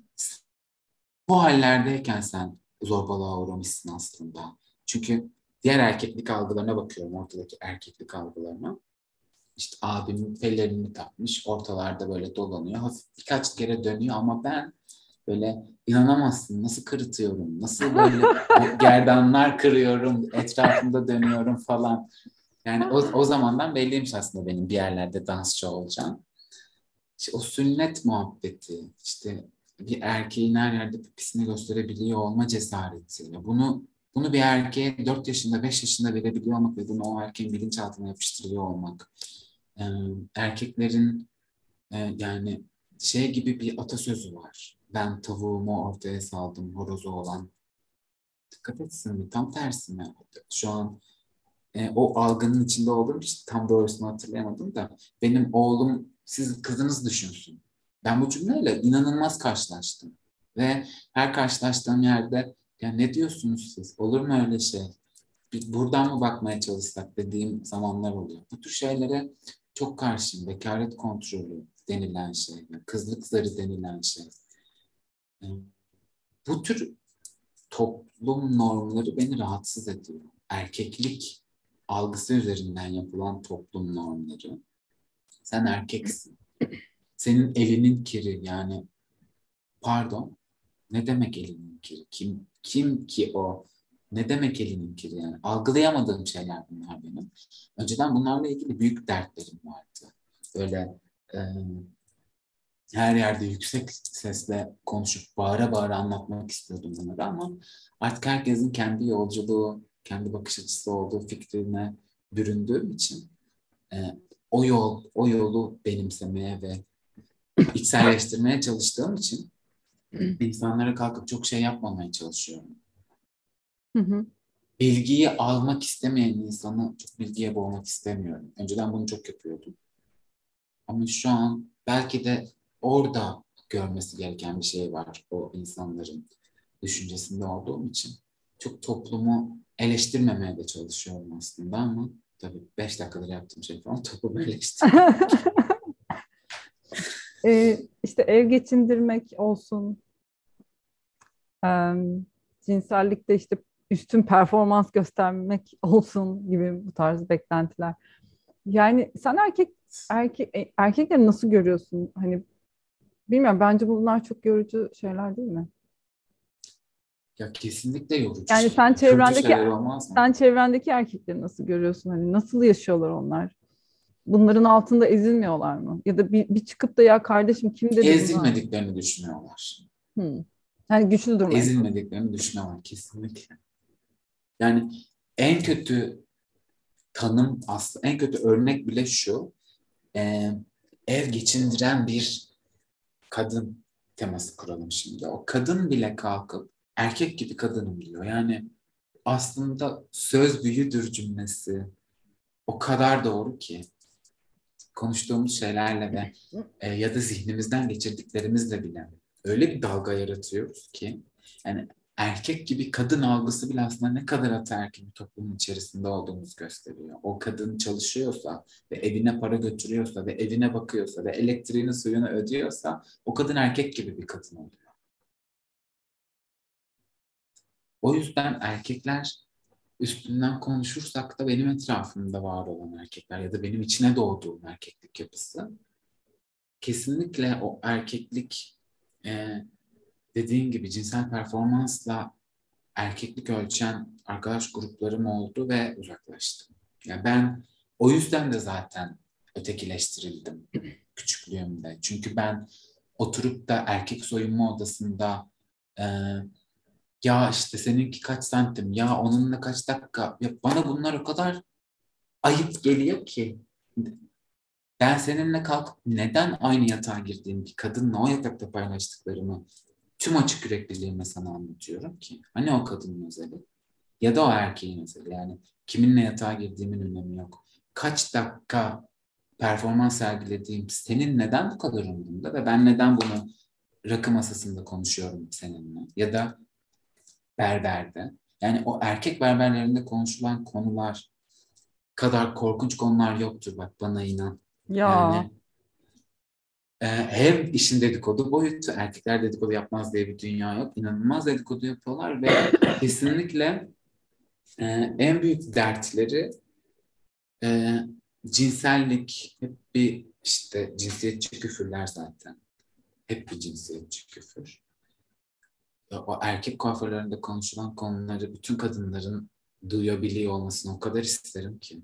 bu hallerdeyken sen zorbalığa uğramışsın aslında. Çünkü diğer erkeklik algılarına bakıyorum, ortadaki erkeklik algılarına. İşte abimin fellerini takmış, ortalarda böyle dolanıyor. Hafif birkaç kere dönüyor ama ben böyle inanamazsın nasıl kırıtıyorum, nasıl böyle gerdanlar kırıyorum, etrafımda dönüyorum falan. Yani o, o zamandan belliymiş aslında benim bir yerlerde dansçı olacağım. İşte o sünnet muhabbeti, işte bir erkeğin her yerde pipisini gösterebiliyor olma cesareti. Ya bunu bunu bir erkeğe dört yaşında, beş yaşında verebiliyor olmak ve bunu o erkeğin bilinçaltına yapıştırıyor olmak. Ee, Erkeklerin e, yani şey gibi bir atasözü var. Ben tavuğumu ortaya saldım, horozu olan. Dikkat etsin mi? Tam tersine. Şu an e, o algının içinde olduğum için tam doğrusunu hatırlayamadım da benim oğlum siz kızınız düşünsün. Ben bu cümleyle inanılmaz karşılaştım. Ve her karşılaştığım yerde ya ne diyorsunuz siz? Olur mu öyle şey? Bir buradan mı bakmaya çalışsak dediğim zamanlar oluyor. Bu tür şeylere çok karşıyım. Bekaret kontrolü denilen şey, yani kızlık zarı denilen şey. E, Bu tür toplum normları beni rahatsız ediyor. Erkeklik algısı üzerinden yapılan toplum normları. Sen erkeksin. Senin elinin kiri, yani pardon, ne demek elinin kiri? Kim kim ki o? Ne demek elinin kiri yani? Algılayamadığım şeyler bunlar benim. Önceden bunlarla ilgili büyük dertlerim vardı. Böyle e, her yerde yüksek sesle konuşup bağıra bağıra anlatmak istiyordum bunları ama artık herkesin kendi yolculuğu, kendi bakış açısı olduğu fikrine büründüğüm için e, o yol, o yolu benimsemeye ve içselleştirmeye çalıştığım için insanlara kalkıp çok şey yapmamaya çalışıyorum. Hı hı. Bilgiyi almak istemeyen insanı çok bilgiye boğmak istemiyorum. Önceden bunu çok yapıyordum. Ama şu an belki de orada görmesi gereken bir şey var o insanların düşüncesinde olduğum için. Çok toplumu eleştirmemeye de çalışıyorum aslında ama tabii beş dakikadır yaptığım şey falan toplumu eleştirmek. E, işte ev geçindirmek olsun, em, cinsellikte işte üstün performans göstermek olsun gibi bu tarz beklentiler. Yani sen erkek erkek e, erkekleri nasıl görüyorsun? Hani bilmiyorum, bence bunlar çok yorucu şeyler değil mi? Ya kesinlikle yorucu Yani sen şeyler. Yorucu çevrendeki şeyler olmaz mı? sen çevrendeki erkekleri nasıl görüyorsun? Hani nasıl yaşıyorlar onlar? Bunların altında ezilmiyorlar mı? Ya da bir, bir çıkıp da ya kardeşim kim dedi buna? Ezilmediklerini düşünüyorlar. Hmm. Yani güçlü durmaya çalışıyor. Ezilmediklerini düşünüyorlar kesinlikle. Yani en kötü tanım aslında en kötü örnek bile şu. E, ev geçindiren bir kadın teması kuralım şimdi. O kadın bile kalkıp erkek gibi kadınım diyor. Yani aslında söz büyüdür cümlesi o kadar doğru ki konuştuğumuz şeylerle ve e, ya da zihnimizden geçirdiklerimizle bile öyle bir dalga yaratıyoruz ki yani erkek gibi kadın algısı bile aslında ne kadar ataerkil bir toplumun içerisinde olduğumuzu gösteriyor. O kadın çalışıyorsa ve evine para götürüyorsa ve evine bakıyorsa ve elektriğini suyunu ödüyorsa o kadın erkek gibi bir kadın oluyor. O yüzden erkekler üstünden konuşursak da benim etrafımda var olan erkekler ya da benim içine doğduğum erkeklik yapısı kesinlikle o erkeklik e, dediğin gibi cinsel performansla erkeklik ölçen arkadaş gruplarım oldu ve uzaklaştım. Yani ben o yüzden de zaten ötekileştirildim küçüklüğümde. Çünkü ben oturup da erkek soyunma odasında e, ya işte seninki kaç santim, ya onunla kaç dakika, ya bana bunlar o kadar ayıp geliyor ki. Ben seninle kalkıp neden aynı yatağa girdiğim bir kadınla o yatakta paylaştıklarımı tüm açık yürekliliğimle sana anlatıyorum ki. Hani o kadının özeli ya da o erkeğin özeli. Yani kiminle yatağa girdiğimin önemi yok. Kaç dakika performans sergilediğim senin neden bu kadar umurunda ve ben neden bunu rakı masasında konuşuyorum seninle ya da berberde. Yani o erkek berberlerinde konuşulan konular kadar korkunç konular yoktur bak bana inan. Ya Yani e, hem işin dedikodu boyutu, erkekler dedikodu yapmaz diye bir dünya yok. İnanılmaz dedikodu yapıyorlar ve kesinlikle e, en büyük dertleri e, cinsellik, hep bir işte cinsiyetçi küfürler zaten. Hep bir cinsiyetçi küfür. Ya, o erkek kuaförlerinde konuşulan konuları bütün kadınların duyabiliyor olmasını o kadar isterim ki.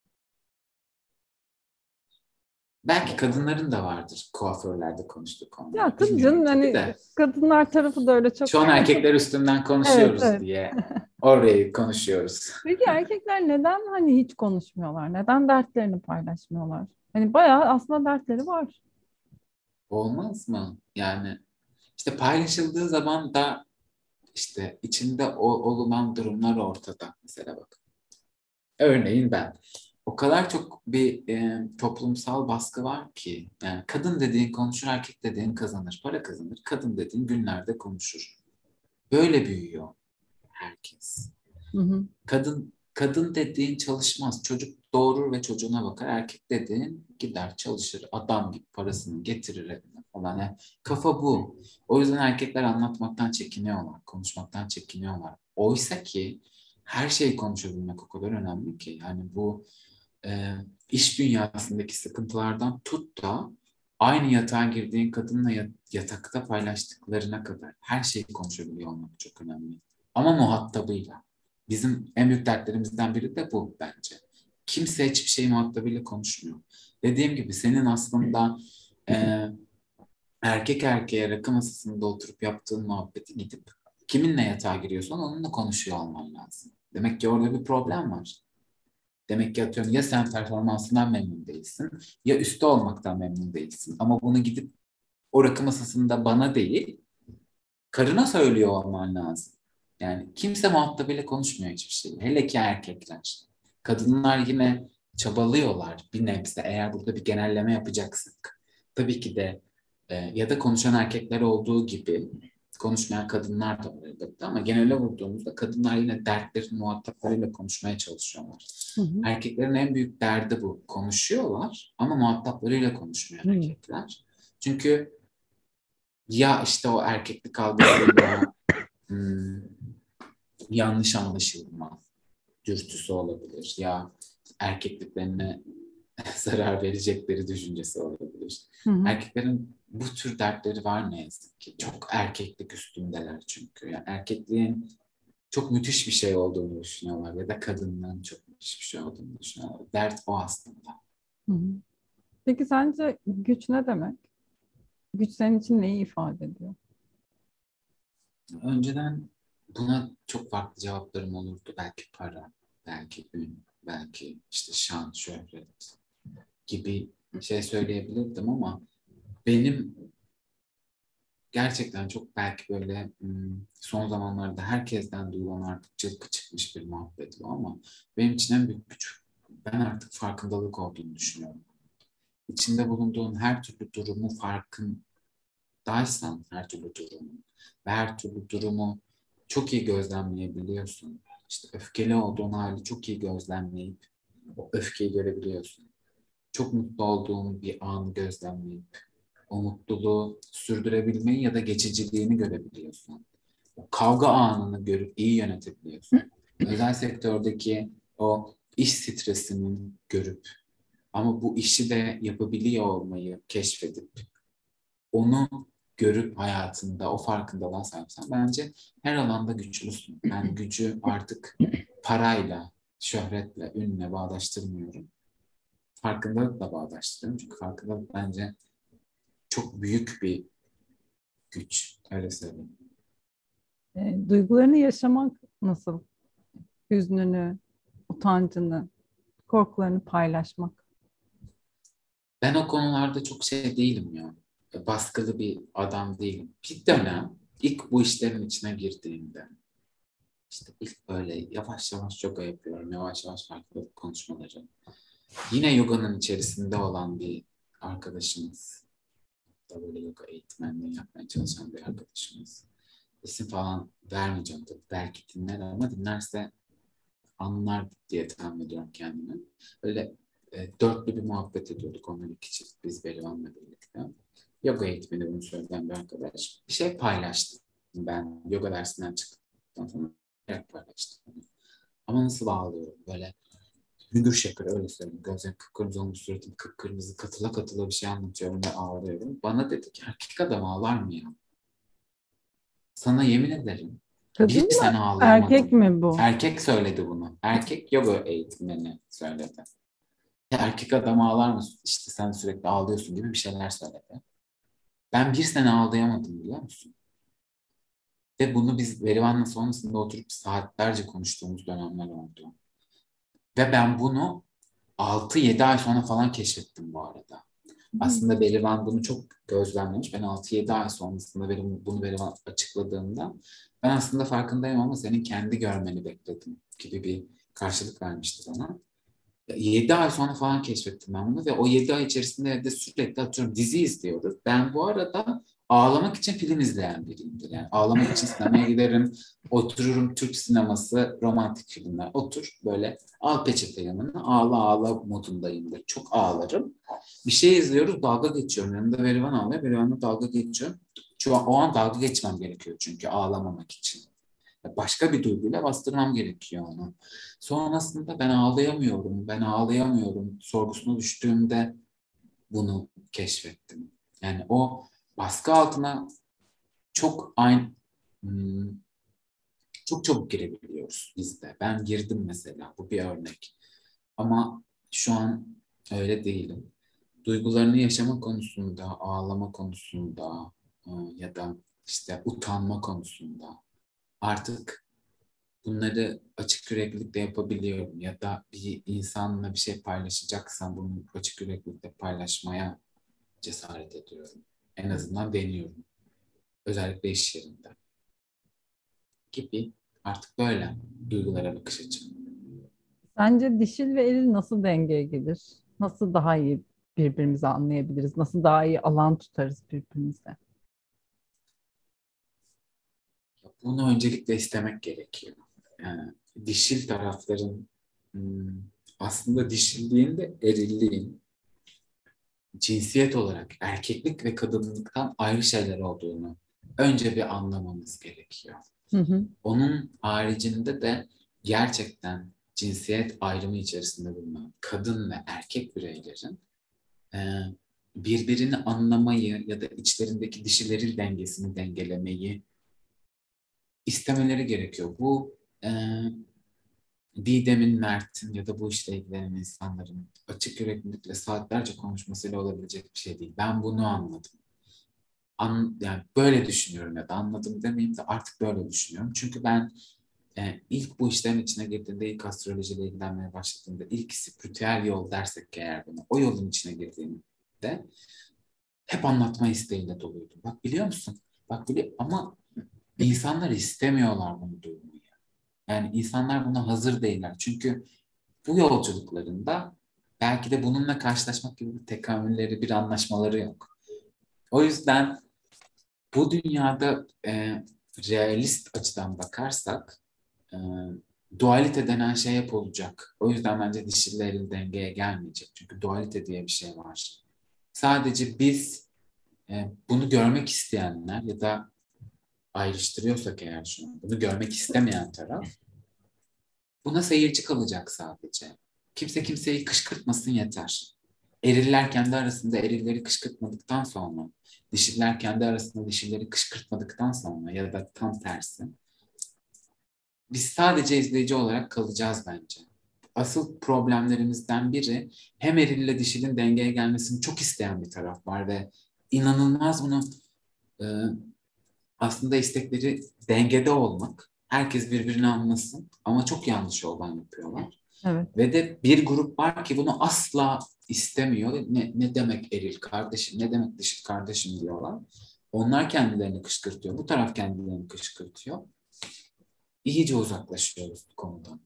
Belki kadınların da vardır kuaförlerde konuştuğu ya konular. tabii canım, Bilmiyorum tabii hani de. kadınlar tarafı da öyle çok. Şu an erkekler üstünden Evet, konuşuyoruz evet. diye orayı konuşuyoruz. Peki erkekler neden hani hiç konuşmuyorlar? Neden dertlerini paylaşmıyorlar? Hani bayağı aslında dertleri var. Olmaz mı? Yani işte paylaşıldığı zaman da işte içinde o, olunan durumlar ortada. Mesela bak. Örneğin ben. O kadar çok bir e, toplumsal baskı var ki. Yani kadın dediğin konuşur, erkek dediğin kazanır, para kazanır. Kadın dediğin günlerde konuşur. Böyle büyüyor herkes. Hı hı. Kadın kadın dediğin çalışmaz. Çocuk doğurur ve çocuğuna bakar. Erkek dediğin gider çalışır. Adam gibi parasını getirir evine falan. Yani kafa bu. O yüzden erkekler anlatmaktan çekiniyorlar. Konuşmaktan çekiniyorlar. Oysa ki her şeyi konuşabilmek o kadar önemli ki. Yani bu e, iş dünyasındaki sıkıntılardan tut da aynı yatağa girdiğin kadınla yatakta paylaştıklarına kadar her şeyi konuşabiliyor olmak çok önemli. Ama muhatabıyla. Bizim en büyük dertlerimizden biri de bu bence. Kimse hiçbir şey muhatabıyla konuşmuyor. Dediğim gibi senin aslında e, erkek erkeğe rakı masasında oturup yaptığın muhabbeti gidip kiminle yatağa giriyorsan onunla konuşuyor olman lazım. Demek ki orada bir problem var. Demek ki atıyorum ya sen performansından memnun değilsin ya üstte olmaktan memnun değilsin. Ama bunu gidip o rakı masasında bana değil karına söylüyor olman lazım. Yani kimse muhatabıyla konuşmuyor hiçbir şey. Hele ki erkekler. Kadınlar yine çabalıyorlar bir nebze eğer burada bir genelleme yapacaksak. Tabii ki de e, ya da konuşan erkekler olduğu gibi konuşmayan kadınlar da var elbette ama genele vurduğumuzda kadınlar yine dertlerin muhataplarıyla konuşmaya çalışıyorlar. Hı hı. Erkeklerin en büyük derdi bu. Konuşuyorlar ama muhataplarıyla konuşmuyor Hı. erkekler. Çünkü ya işte o erkeklik algısıyla hmm, yanlış anlaşılma dürtüsü olabilir. Ya erkekliklerine zarar verecekleri düşüncesi olabilir. Hı hı. Erkeklerin bu tür dertleri var ne yazık ki. Çok erkeklik üstündeler çünkü. Yani erkekliğin çok müthiş bir şey olduğunu düşünüyorlar ya da kadınlığın çok müthiş bir şey olduğunu düşünüyorlar. Dert o aslında. Hı hı. Peki sence güç ne demek? Güç senin için neyi ifade ediyor? Önceden buna çok farklı cevaplarım olurdu. Belki para, belki ün, belki işte şan, şöhret gibi şey söyleyebilirdim ama benim gerçekten çok belki böyle hmm, son zamanlarda herkesten duyulan artık cılkı çıkmış bir muhabbet bu ama benim için en büyük güç ben artık farkındalık olduğunu düşünüyorum. İçinde bulunduğun her türlü durumu farkındaysan her türlü durumu ve her türlü durumu çok iyi gözlemleyebiliyorsun. İşte öfkeli olduğun hali çok iyi gözlemleyip o öfkeyi görebiliyorsun. Çok mutlu olduğun bir anı gözlemleyip o mutluluğu sürdürebilmeyi ya da geçiciliğini görebiliyorsun. O kavga anını görüp iyi yönetebiliyorsun. Özel sektördeki o iş stresini görüp ama bu işi de yapabiliyor olmayı keşfedip onu görüp hayatında o farkındalığa sahipsen bence her alanda güçlüsün. Ben gücü artık parayla, şöhretle, ünle bağdaştırmıyorum. Farkındalıkla bağdaştırıyorum. Çünkü farkındalık bence çok büyük bir güç. Öyle söyleyeyim. E, duygularını yaşamak nasıl? Hüznünü, utancını, korkularını paylaşmak. Ben o konularda çok şey değilim ya. Baskılı bir adam değilim. Bir dönem ilk bu işlerin içine girdiğimde işte ilk böyle yavaş yavaş yoga yapıyorum. Yavaş yavaş farklı konuşmaları. Yine yoganın içerisinde olan bir arkadaşımız. Da böyle yoga eğitmenliği yapmaya çalışan bir arkadaşımız. İsim falan vermeyeceğim tabii. Belki dinler ama dinlerse anlar diye tahmin ediyorum kendimi. Öyle e, dörtlü bir muhabbet ediyorduk onunla iki çift biz Berivan'la birlikte. Yoga eğitmeni bunu söyleyen bir arkadaş. Bir şey paylaştım ben yoga dersinden çıktıktan sonra paylaştım. Ama nasıl ağlıyorum böyle hüngür şakır öyle söyleyeyim. Gözlerim kıpkırmızı olmuş suratım kıpkırmızı katıla katıla bir şey anlatıyorum ve ağlıyorum. Bana dedi ki erkek adam ağlar mı ya? Sana yemin ederim bir Kadın mı, sene erkek ağlayamadım. mi bu? Erkek söyledi bunu. Erkek yoga eğitmeni söyledi. Ya erkek adam ağlar mı? İşte sen sürekli ağlıyorsun gibi bir şeyler söyledi. Ben bir sene ağlayamadım biliyor musun? Ve bunu biz Verivan'la sonrasında oturup saatlerce konuştuğumuz dönemler oldu. Ve ben bunu altı yedi ay sonra falan keşfettim bu arada. Aslında Berivan bunu çok gözlemlemiş. Ben altı yedi ay sonrasında benim bunu Berivan açıkladığında ben aslında farkındayım ama senin kendi görmeni bekledim gibi bir karşılık vermişti bana. yedi ay sonra falan keşfettim ben bunu ve o yedi ay içerisinde evde sürekli atıyorum dizi izliyoruz. Ben bu arada ağlamak için film izleyen biriyimdir. Yani ağlamak için sinemaya giderim, otururum Türk sineması, romantik filmler. Otur böyle al peçete yanına ağla ağla modundayımdır. Çok ağlarım. Bir şey izliyoruz dalga geçiyorum. Yanında Berivan ağlıyor. Berivan'la dalga geçiyorum. Şu an, o an dalga geçmem gerekiyor çünkü ağlamamak için. Başka bir duyguyla bastırmam gerekiyor onu. Sonrasında ben ağlayamıyorum, ben ağlayamıyorum sorgusuna düştüğümde bunu keşfettim. Yani o baskı altına çok aynı hmm, çok çabuk girebiliyoruz biz de. Ben girdim mesela, bu bir örnek. Ama şu an öyle değilim. Duygularını yaşama konusunda, ağlama konusunda e, ya da işte utanma konusunda artık bunları açık yüreklilikle yapabiliyorum ya da bir insanla bir şey paylaşacaksam bunu açık yüreklilikle paylaşmaya cesaret ediyorum. En azından deniyorum. Özellikle iş yerinde gibi artık böyle duygulara bakış açım. Sence dişil ve eril nasıl dengeye gelir? Nasıl daha iyi birbirimizi anlayabiliriz? Nasıl daha iyi alan tutarız birbirimize? Bunu öncelikle istemek gerekiyor. Yani dişil tarafların hmm, aslında dişilliğin de erilliğin cinsiyet olarak erkeklik ve kadınlıktan ayrı şeyler olduğunu önce bir anlamamız gerekiyor. Hı hı. Onun haricinde de gerçekten cinsiyet ayrımı içerisinde bulunan kadın ve erkek bireylerin e, birbirini anlamayı ya da içlerindeki dişilerin dengesini dengelemeyi istemeleri gerekiyor. Bu e, Didem'in, Mert'in ya da bu işle ilgilenen insanların açık yüreklilikle saatlerce konuşmasıyla olabilecek bir şey değil. Ben bunu anladım. An, yani böyle düşünüyorum ya da anladım demeyeyim de artık böyle düşünüyorum. Çünkü ben e, ilk bu işlerin içine girdiğinde, ilk astrolojiyle ilgilenmeye başladığında, ilk spiritüel yol dersek eğer buna, o yolun içine girdiğinde hep anlatma isteğiyle doluydu. Bak biliyor musun? Bak biliyor ama insanlar istemiyorlar bunu duymayı. Yani insanlar buna hazır değiller. Çünkü bu yolculuklarında belki de bununla karşılaşmak gibi bir tekamülleri, bir anlaşmaları yok. O yüzden bu dünyada e, realist açıdan bakarsak e, dualite denen şey hep olacak. O yüzden bence dişiyle eril dengeye gelmeyecek. Çünkü dualite diye bir şey var. Sadece biz e, bunu görmek isteyenler ya da ayrıştırıyorsak eğer şu an, bunu görmek istemeyen taraf buna seyirci kalacak sadece. Kimse kimseyi kışkırtmasın yeter. Eriller kendi arasında erilleri kışkırtmadıktan sonra, dişiler kendi arasında dişileri kışkırtmadıktan sonra ya da tam tersi, biz sadece izleyici olarak kalacağız bence. Asıl problemlerimizden biri hem erille dişinin dengeye gelmesini çok isteyen bir taraf var ve inanılmaz bunu e, aslında istekleri dengede olmak. Herkes birbirini anlasın ama çok yanlış yoldan yapıyorlar. Evet. Ve de bir grup var ki bunu asla istemiyor. Ne, ne demek eril kardeşim, ne demek dişil kardeşim diyorlar. Onlar kendilerini kışkırtıyor. Bu taraf kendilerini kışkırtıyor. İyice uzaklaşıyoruz bu konudan.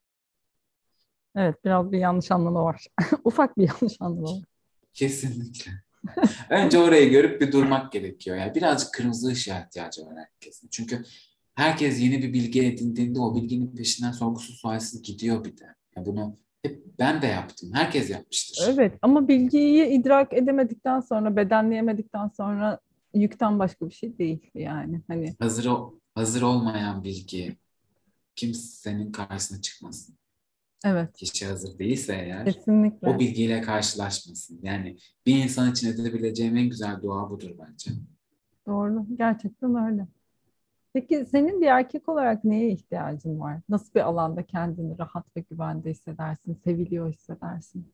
Evet, biraz bir yanlış anlama var. Ufak bir yanlış anlama var. Kesinlikle. Önce orayı görüp bir durmak gerekiyor. Yani birazcık kırmızı ışığa ihtiyacı var herkesin. Çünkü herkes yeni bir bilgi edindiğinde o bilginin peşinden sorgusuz sualsiz gidiyor bir de. Yani bunu hep ben de yaptım. Herkes yapmıştır. Evet, ama bilgiyi idrak edemedikten sonra, bedenleyemedikten sonra yükten başka bir şey değil yani. Hani Hazır o, hazır olmayan bilgi kimsenin karşısına çıkmasın. evet, Kişi hazır değilse eğer o kesinlikle. bilgiyle karşılaşmasın. Yani bir insan için edebileceğim en güzel dua budur bence. Doğru. Gerçekten öyle. Peki senin bir erkek olarak neye ihtiyacın var? Nasıl bir alanda kendini rahat ve güvende hissedersin, seviliyor hissedersin?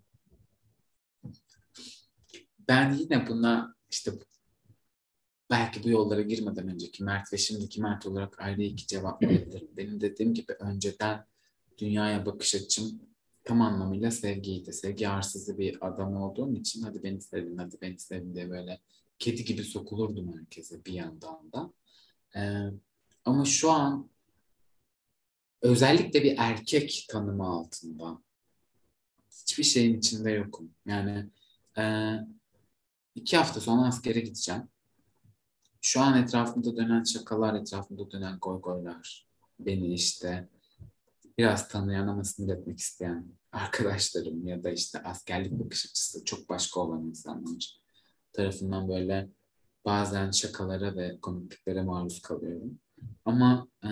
Ben yine buna işte belki bu yollara girmeden önceki Mert ve şimdiki Mert olarak ayrı iki cevap verebilirim. Benim dediğim gibi önceden dünyaya bakış açım tam anlamıyla sevgiydi. Sevgi arsızı bir adam olduğum için hadi beni sevin, hadi beni sevin diye böyle kedi gibi sokulurdum herkese bir yandan da. Ee, ama şu an özellikle bir erkek tanımı altında hiçbir şeyin içinde yokum. Yani e, iki hafta sonra askere gideceğim. Şu an etrafımda dönen şakalar, etrafımda dönen goygoylar, beni işte biraz tanıyan ama sinir etmek isteyen arkadaşlarım ya da işte askerlik bakış açısı çok başka olan insanlar tarafından böyle bazen şakalara ve komikliklere maruz kalıyorum. Ama e,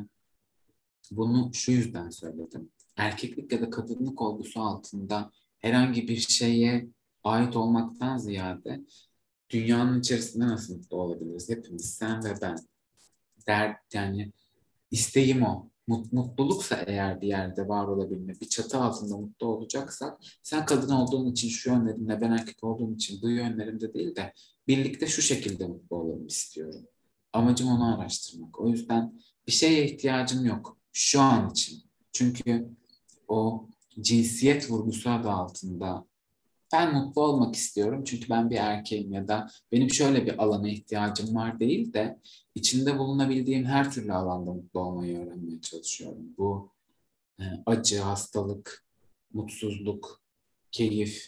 bunu şu yüzden söyledim. Erkeklik ya da kadınlık olgusu altında herhangi bir şeye ait olmaktan ziyade dünyanın içerisinde nasıl mutlu olabiliriz? Hepimiz, sen ve ben. Der, yani isteğim o. Mut, mutluluksa eğer bir yerde var olabilme, bir çatı altında mutlu olacaksak, sen kadın olduğun için şu yönlerimle, ben erkek olduğum için bu yönlerimde değil de birlikte şu şekilde mutlu olalım istiyorum. Amacım onu araştırmak. O yüzden bir şeye ihtiyacım yok şu an için. Çünkü o cinsiyet vurgusu adı altında ben mutlu olmak istiyorum çünkü ben bir erkeğim ya da benim şöyle bir alana ihtiyacım var değil de içinde bulunabildiğim her türlü alanda mutlu olmayı öğrenmeye çalışıyorum. Bu e, acı, hastalık, mutsuzluk, keyif,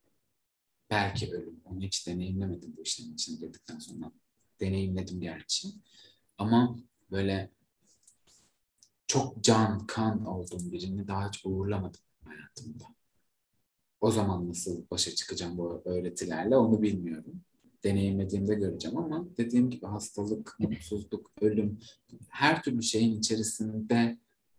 belki ölüm. Onu hiç deneyimlemedim bu işlerin içine girdikten sonra. Deneyimledim gerçi. Ama böyle çok can, kan olduğum birini daha hiç uğurlamadım hayatımda. O zaman nasıl başa çıkacağım bu öğretilerle onu bilmiyorum. Deneyimlediğimde göreceğim ama dediğim gibi hastalık, mutsuzluk, ölüm her türlü şeyin içerisinde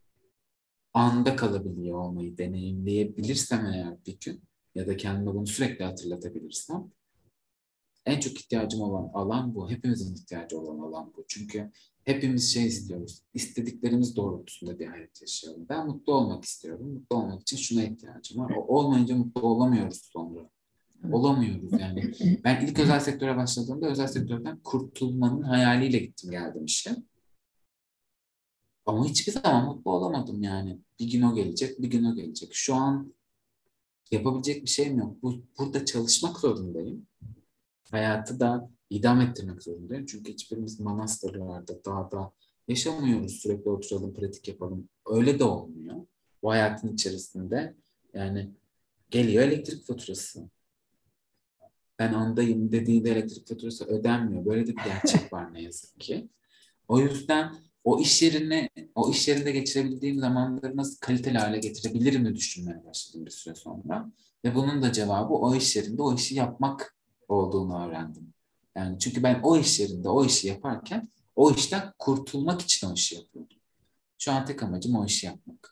anda kalabiliyor olmayı deneyimleyebilirsem eğer bir gün ya da kendime bunu sürekli hatırlatabilirsem en çok ihtiyacım olan alan bu. Hepimizin ihtiyacı olan alan bu. Çünkü hepimiz şey istiyoruz. İstediklerimiz doğrultusunda bir hayat yaşayalım. Ben mutlu olmak istiyorum. Mutlu olmak için şuna ihtiyacım var. O olmayınca mutlu olamıyoruz sonra. Evet. Olamıyoruz yani. Ben ilk özel sektöre başladığımda özel sektörden kurtulmanın hayaliyle gittim geldim işe. Ama hiçbir zaman mutlu olamadım yani. Bir gün o gelecek, bir gün o gelecek. Şu an yapabilecek bir şeyim yok. Bu, burada çalışmak zorundayım. Hayatı da idame ettirmek zorundayım. Çünkü hiçbirimiz manastırlarda, dağda yaşamıyoruz. Sürekli oturalım, pratik yapalım. Öyle de olmuyor. Bu hayatın içerisinde yani geliyor elektrik faturası. Ben andayım dediğinde elektrik faturası ödenmiyor. Böyle de bir gerçek var ne yazık ki. O yüzden o iş yerine, o iş yerinde geçirebildiğim zamanları nasıl kaliteli hale getirebilirim mi düşünmeye başladım bir süre sonra. Ve bunun da cevabı o iş yerinde o işi yapmak olduğunu öğrendim. Yani çünkü ben o iş yerinde o işi yaparken o işten kurtulmak için o işi yapıyordum. Şu an tek amacım o işi yapmak.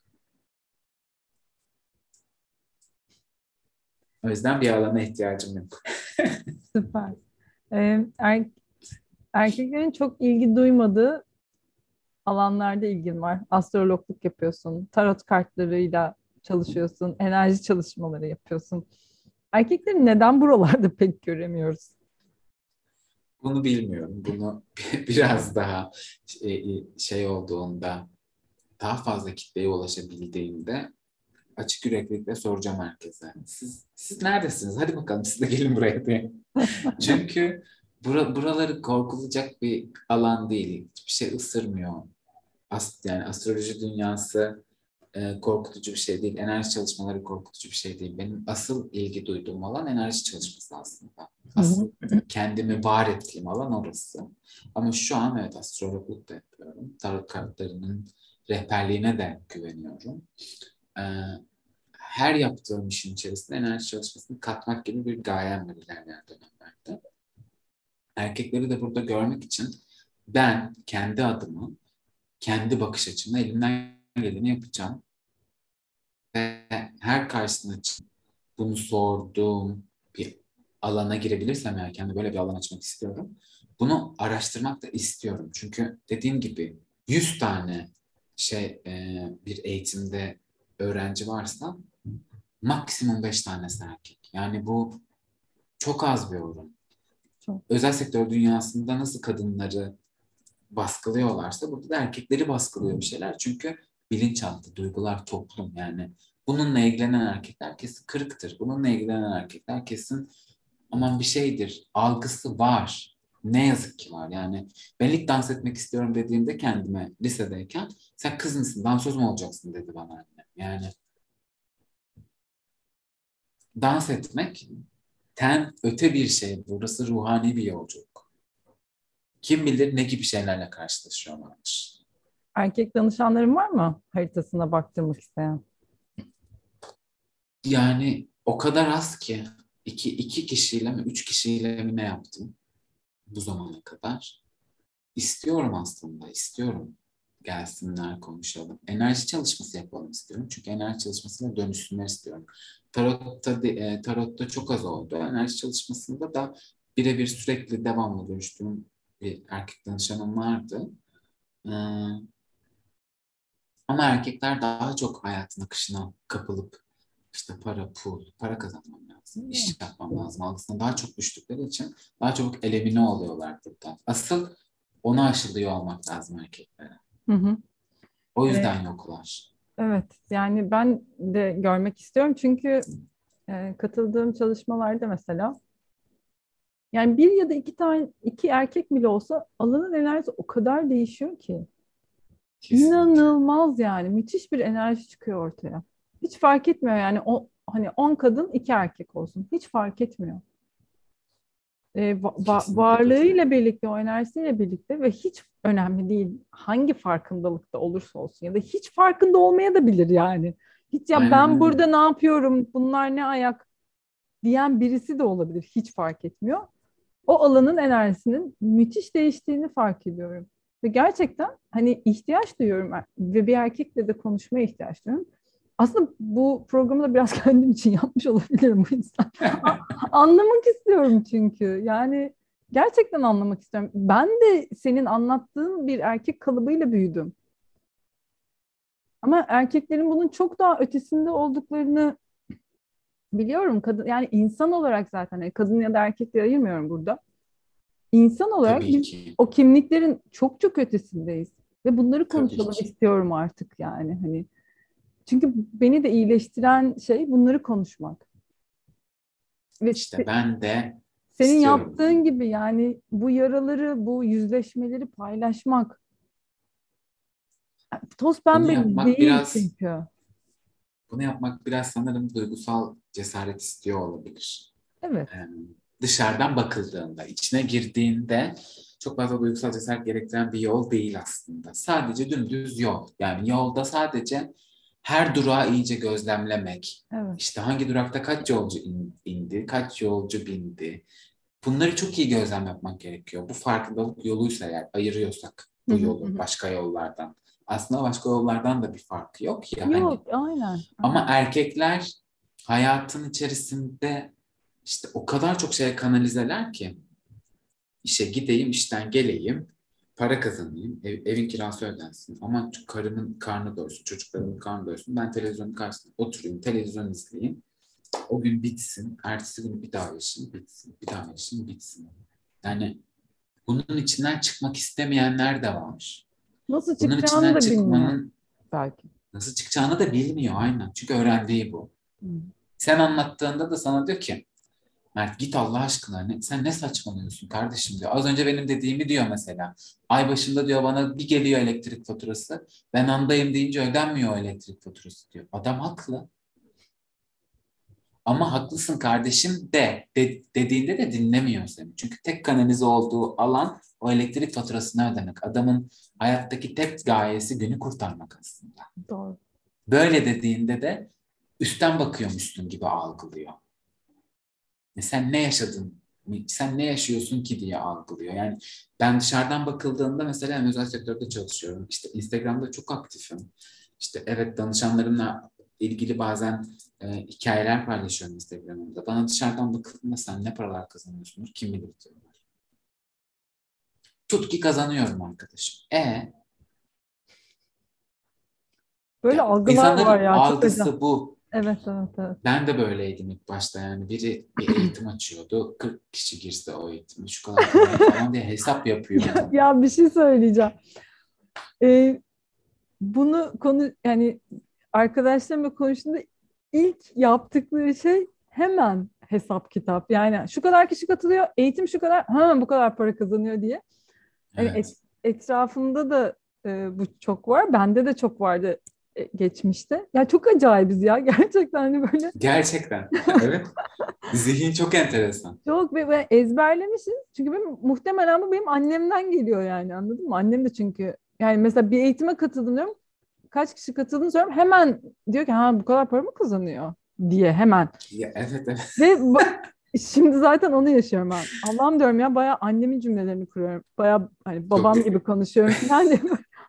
O yüzden bir alana ihtiyacım yok. Süper. Ee, er- erkeklerin çok ilgi duymadığı alanlarda ilgin var. Astrologluk yapıyorsun, tarot kartlarıyla çalışıyorsun, enerji çalışmaları yapıyorsun. Erkekleri neden buralarda pek göremiyoruz? Bunu bilmiyorum. Bunu biraz daha şey şey olduğunda, daha fazla kitleye ulaşabildiğimde açık yüreklilikle soracağım herkese. Siz, siz neredesiniz? Hadi bakalım siz de gelin buraya diye. Çünkü bura, buraları korkulacak bir alan değil. Hiçbir şey ısırmıyor. As, yani astroloji dünyası e, korkutucu bir şey değil. Enerji çalışmaları korkutucu bir şey değil. Benim asıl ilgi duyduğum alan enerji çalışması aslında. Hı hı. Asıl kendimi var ettiğim alan orası. Ama şu an evet astrologluk da yapıyorum. Tarot kartlarının rehberliğine de güveniyorum. Ee, Her yaptığım işin içerisinde enerji çalışmasını katmak gibi bir gayem var ilerleyen dönemlerde. Erkekleri de burada görmek için ben kendi adımı, kendi bakış açımla elimden geleni yapacağım. Ve her karşısına çıkıp bunu sorduğum bir alana girebilirsem eğer kendi böyle bir alan açmak istiyorum. Bunu araştırmak da istiyorum. Çünkü dediğim gibi yüz tane şey e, bir eğitimde öğrenci varsa maksimum beş tanesi erkek. Yani bu çok az bir oran. Çok. Özel sektör dünyasında nasıl kadınları baskılıyorlarsa burada da erkekleri baskılıyor bir şeyler. Çünkü bilinçaltı, duygular, toplum yani. Bununla ilgilenen erkekler kesin kırıktır. Bununla ilgilenen erkekler kesin aman bir şeydir. Algısı var. Ne yazık ki var. Yani ben ilk dans etmek istiyorum dediğimde kendime lisedeyken sen kız mısın, dansöz mü olacaksın dedi bana annem. Yani dans etmek ten öte bir şey. Burası ruhani bir yolculuk. Kim bilir ne gibi şeylerle karşılaşıyorlardır. Erkek danışanların var mı haritasına baktırmak isteyen? Yani o kadar az ki iki, iki kişiyle mi üç kişiyle mi ne yaptım bu zamana kadar. İstiyorum aslında, istiyorum. Gelsinler konuşalım. Enerji çalışması yapalım istiyorum. Çünkü enerji çalışmasıyla dönüşsünler istiyorum. Tarotta, de- e, tarotta çok az oldu. Enerji çalışmasında da birebir sürekli devamlı görüştüğüm bir erkek danışanım vardı. Ee, Ama erkekler daha çok hayatın akışına kapılıp işte para, pul, para kazanmam lazım, iş yapmam lazım algısına daha çok düştükleri için daha çabuk elimine oluyorlar buradan. Asıl onu aşılıyor olmak lazım erkeklere. Hı hı. O Ee, yüzden yoklar. evet, yani ben de görmek istiyorum çünkü e, katıldığım çalışmalarda mesela yani bir ya da iki tane iki erkek bile olsa alanın enerjisi o kadar değişiyor ki. Kesinlikle. İnanılmaz yani müthiş bir enerji çıkıyor ortaya. Hiç fark etmiyor yani o hani on kadın iki erkek olsun hiç fark etmiyor. Ee, va- va- Kesinlikle varlığıyla katılıyorum. birlikte o enerjisiyle birlikte ve hiç önemli değil hangi farkındalıkta olursa olsun ya da hiç farkında olmaya da bilir yani. Hiç ya Aynen ben öyle. burada ne yapıyorum bunlar ne ayak diyen birisi de olabilir hiç fark etmiyor. O alanın enerjisinin müthiş değiştiğini fark ediyorum. Ve gerçekten hani ihtiyaç duyuyorum ve bir erkekle de konuşmaya ihtiyaç duyuyorum. Aslında bu programı da biraz kendim için yapmış olabilirim bu yüzden. A- Anlamak istiyorum çünkü. Yani gerçekten anlamak istiyorum. Ben de senin anlattığın bir erkek kalıbıyla büyüdüm. Ama erkeklerin bunun çok daha ötesinde olduklarını biliyorum. Kadın, yani insan olarak zaten hani kadın ya da erkek diye ayırmıyorum burada. İnsan olarak Tabii biz ki. o kimliklerin çok çok ötesindeyiz. Ve bunları Tabii konuşalım ki. istiyorum artık yani hani. Çünkü beni de iyileştiren şey bunları konuşmak. Ve İşte ben de senin istiyorum bunu. yaptığın gibi yani bu yaraları, bu yüzleşmeleri paylaşmak toz Bunu pembe yapmak değil biraz çünkü. bunu yapmak biraz sanırım duygusal cesaret istiyor olabilir. Evet. Ee, Dışarıdan bakıldığında, içine girdiğinde çok fazla duygusal cesaret gerektiren bir yol değil aslında. Sadece dümdüz yol. Yani yolda sadece her durağı iyice gözlemlemek, Evet. işte hangi durakta kaç yolcu in- indi, kaç yolcu bindi. Bunları çok iyi gözlem yapmak gerekiyor. Bu farkındalık yoluysa eğer ayırıyorsak Hı bu hı hı yolu hı. başka yollardan. Aslında başka yollardan da bir farkı yok ya hani. Yok, aynen. Ama Aynen. erkekler hayatın içerisinde işte o kadar çok şeye kanalizeler ki işe gideyim, işten geleyim, para kazanayım, ev- evin kirası ödensin. Ama karımın karnı doysun, çocuklarımın karnı doysun. Ben televizyonun karşısında oturayım, televizyon izleyeyim. O gün bitsin, ertesi gün bir daha yaşayayım, bitsin, bir daha yaşayayım, bitsin. Yani bunun içinden çıkmak istemeyenler de var. Nasıl Bunun çıkacağını içinden da bilmiyor çıkmanın belki. nasıl çıkacağını da bilmiyor aynen. Çünkü öğrendiği bu. Hı. Sen anlattığında da sana diyor ki Mert git Allah aşkına ne, sen ne saçmalıyorsun kardeşim diyor. Az önce benim dediğimi diyor mesela. Ay başında diyor bana bir geliyor elektrik faturası. Ben andayım deyince ödenmiyor o elektrik faturası diyor. Adam haklı. Ama haklısın kardeşim de, de dediğinde de dinlemiyor seni. Çünkü tek kanalize olduğu alan o elektrik faturasını ödemek. Adamın hayattaki tek gayesi günü kurtarmak aslında. Doğru. Böyle dediğinde de üstten bakıyormuşsun gibi algılıyor. E sen ne yaşadın? Sen ne yaşıyorsun ki diye algılıyor. Yani ben dışarıdan bakıldığında mesela hem özel sektörde çalışıyorum. İşte Instagram'da çok aktifim. İşte evet danışanlarımla ilgili bazen e, hikayeler paylaşıyorum Instagram'da. Bana dışarıdan bakıldığında sen ne paralar kazanıyorsunuz kim bilir diyorlar. Tut ki kazanıyorum arkadaşım. E Böyle ya algılar var insanların ya, çok acayip. algısı bu. Evet, evet, evet. Ben de böyleydim ilk başta yani biri bir eğitim açıyordu. kırk kişi girse o eğitime şu kadar kazanır falan diye hesap Ya, yapıyordum. ya bir şey söyleyeceğim. Ee, bunu konu yani arkadaşlarımla konuştuğumda ilk yaptıkları şey hemen hesap kitap. Yani şu kadar kişi katılıyor, eğitim şu kadar, hemen bu kadar para kazanıyor diye. Hani et- Evet. etrafımda da e, bu çok var. Bende de çok vardı e, geçmişte. Ya çok acayibiz ya gerçekten hani böyle Gerçekten. Evet. Zihin çok enteresan. çok ve, ve ezberlemişiz. Çünkü benim, muhtemelen bu benim annemden geliyor yani, anladın mı? Annem de çünkü yani mesela bir eğitime katıldım diyorum. Kaç kişi katıldığını soruyorum. Hemen diyor ki ha bu kadar para mı kazanıyor diye hemen. Ya, evet, evet. Ve ba- şimdi zaten onu yaşıyorum ben. Allah'ım diyorum ya, bayağı annemin cümlelerini kuruyorum. Bayağı hani Çok babam iyi. gibi konuşuyorum falan diye.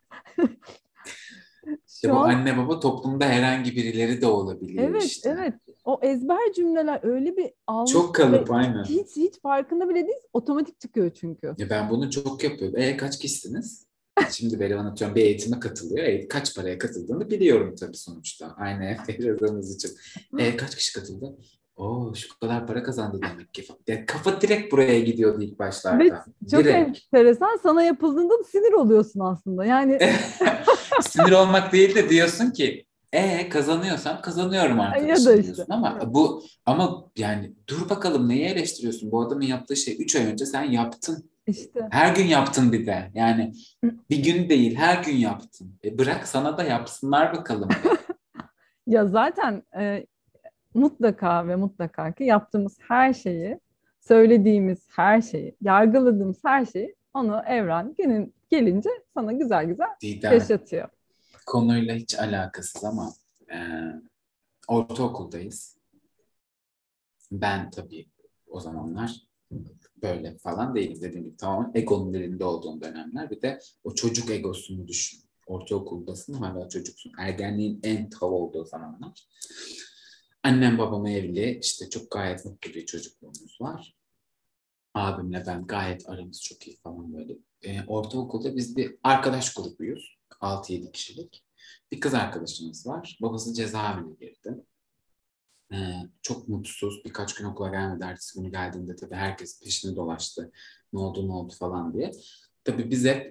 Ya Şu bu an anne baba toplumda herhangi birileri de olabiliyor evet, işte. evet, o ezber cümleler öyle bir almış Çok ve kalıp aynen. hiç hiç farkında bile değil. Otomatik çıkıyor çünkü. Ya ben bunu çok yapıyorum. E kaç kişisiniz? Şimdi Berivan atıyorum bir eğitime katılıyor. E, kaç paraya katıldığını biliyorum tabii sonuçta. Aynı evde yaşadığımız için. E kaç kişi katıldı? Oo şu kadar para kazandı demek ki. Ya, kafa direkt buraya gidiyordu ilk Ve başlarda. çok Direkt. enteresan, sana yapıldığında da sinir oluyorsun aslında. Yani Sinir olmak değil de diyorsun ki e kazanıyorsam kazanıyorum ya da arkadaşım işte. diyorsun ama Evet. bu ama yani dur bakalım neyi eleştiriyorsun? Bu adamın yaptığı şey üç ay önce sen yaptın. İşte. Her gün yaptın bir de. Yani bir gün değil her gün yaptın. E bırak sana da yapsınlar bakalım be. Ya zaten e, mutlaka ve mutlaka ki yaptığımız her şeyi, söylediğimiz her şeyi, yargıladığımız her şeyi onu evren günün gelince sana güzel güzel Didem yaşatıyor. konuyla hiç alakasız ama e, ortaokuldayız. Ben tabii o zamanlar böyle falan değil. Dediğim gibi tamamen egonun elinde olduğum dönemler. Bir de o çocuk egosunu düşün. Ortaokuldasın hala çocuksun. Ergenliğin en tav olduğu zamanlar. Annem babam evli. İşte çok gayet mutlu bir çocukluğumuz var. Abimle ben gayet aramız çok iyi falan böyle. E, ortaokulda biz bir arkadaş grubuyuz. altı yedi kişilik. Bir kız arkadaşımız var. Babası cezaevine girdi. Ee, çok mutsuz. Birkaç gün okula gelmedi. Ertesi günü geldiğinde tabii herkes peşine dolaştı. Ne oldu ne oldu falan diye. Tabii biz hep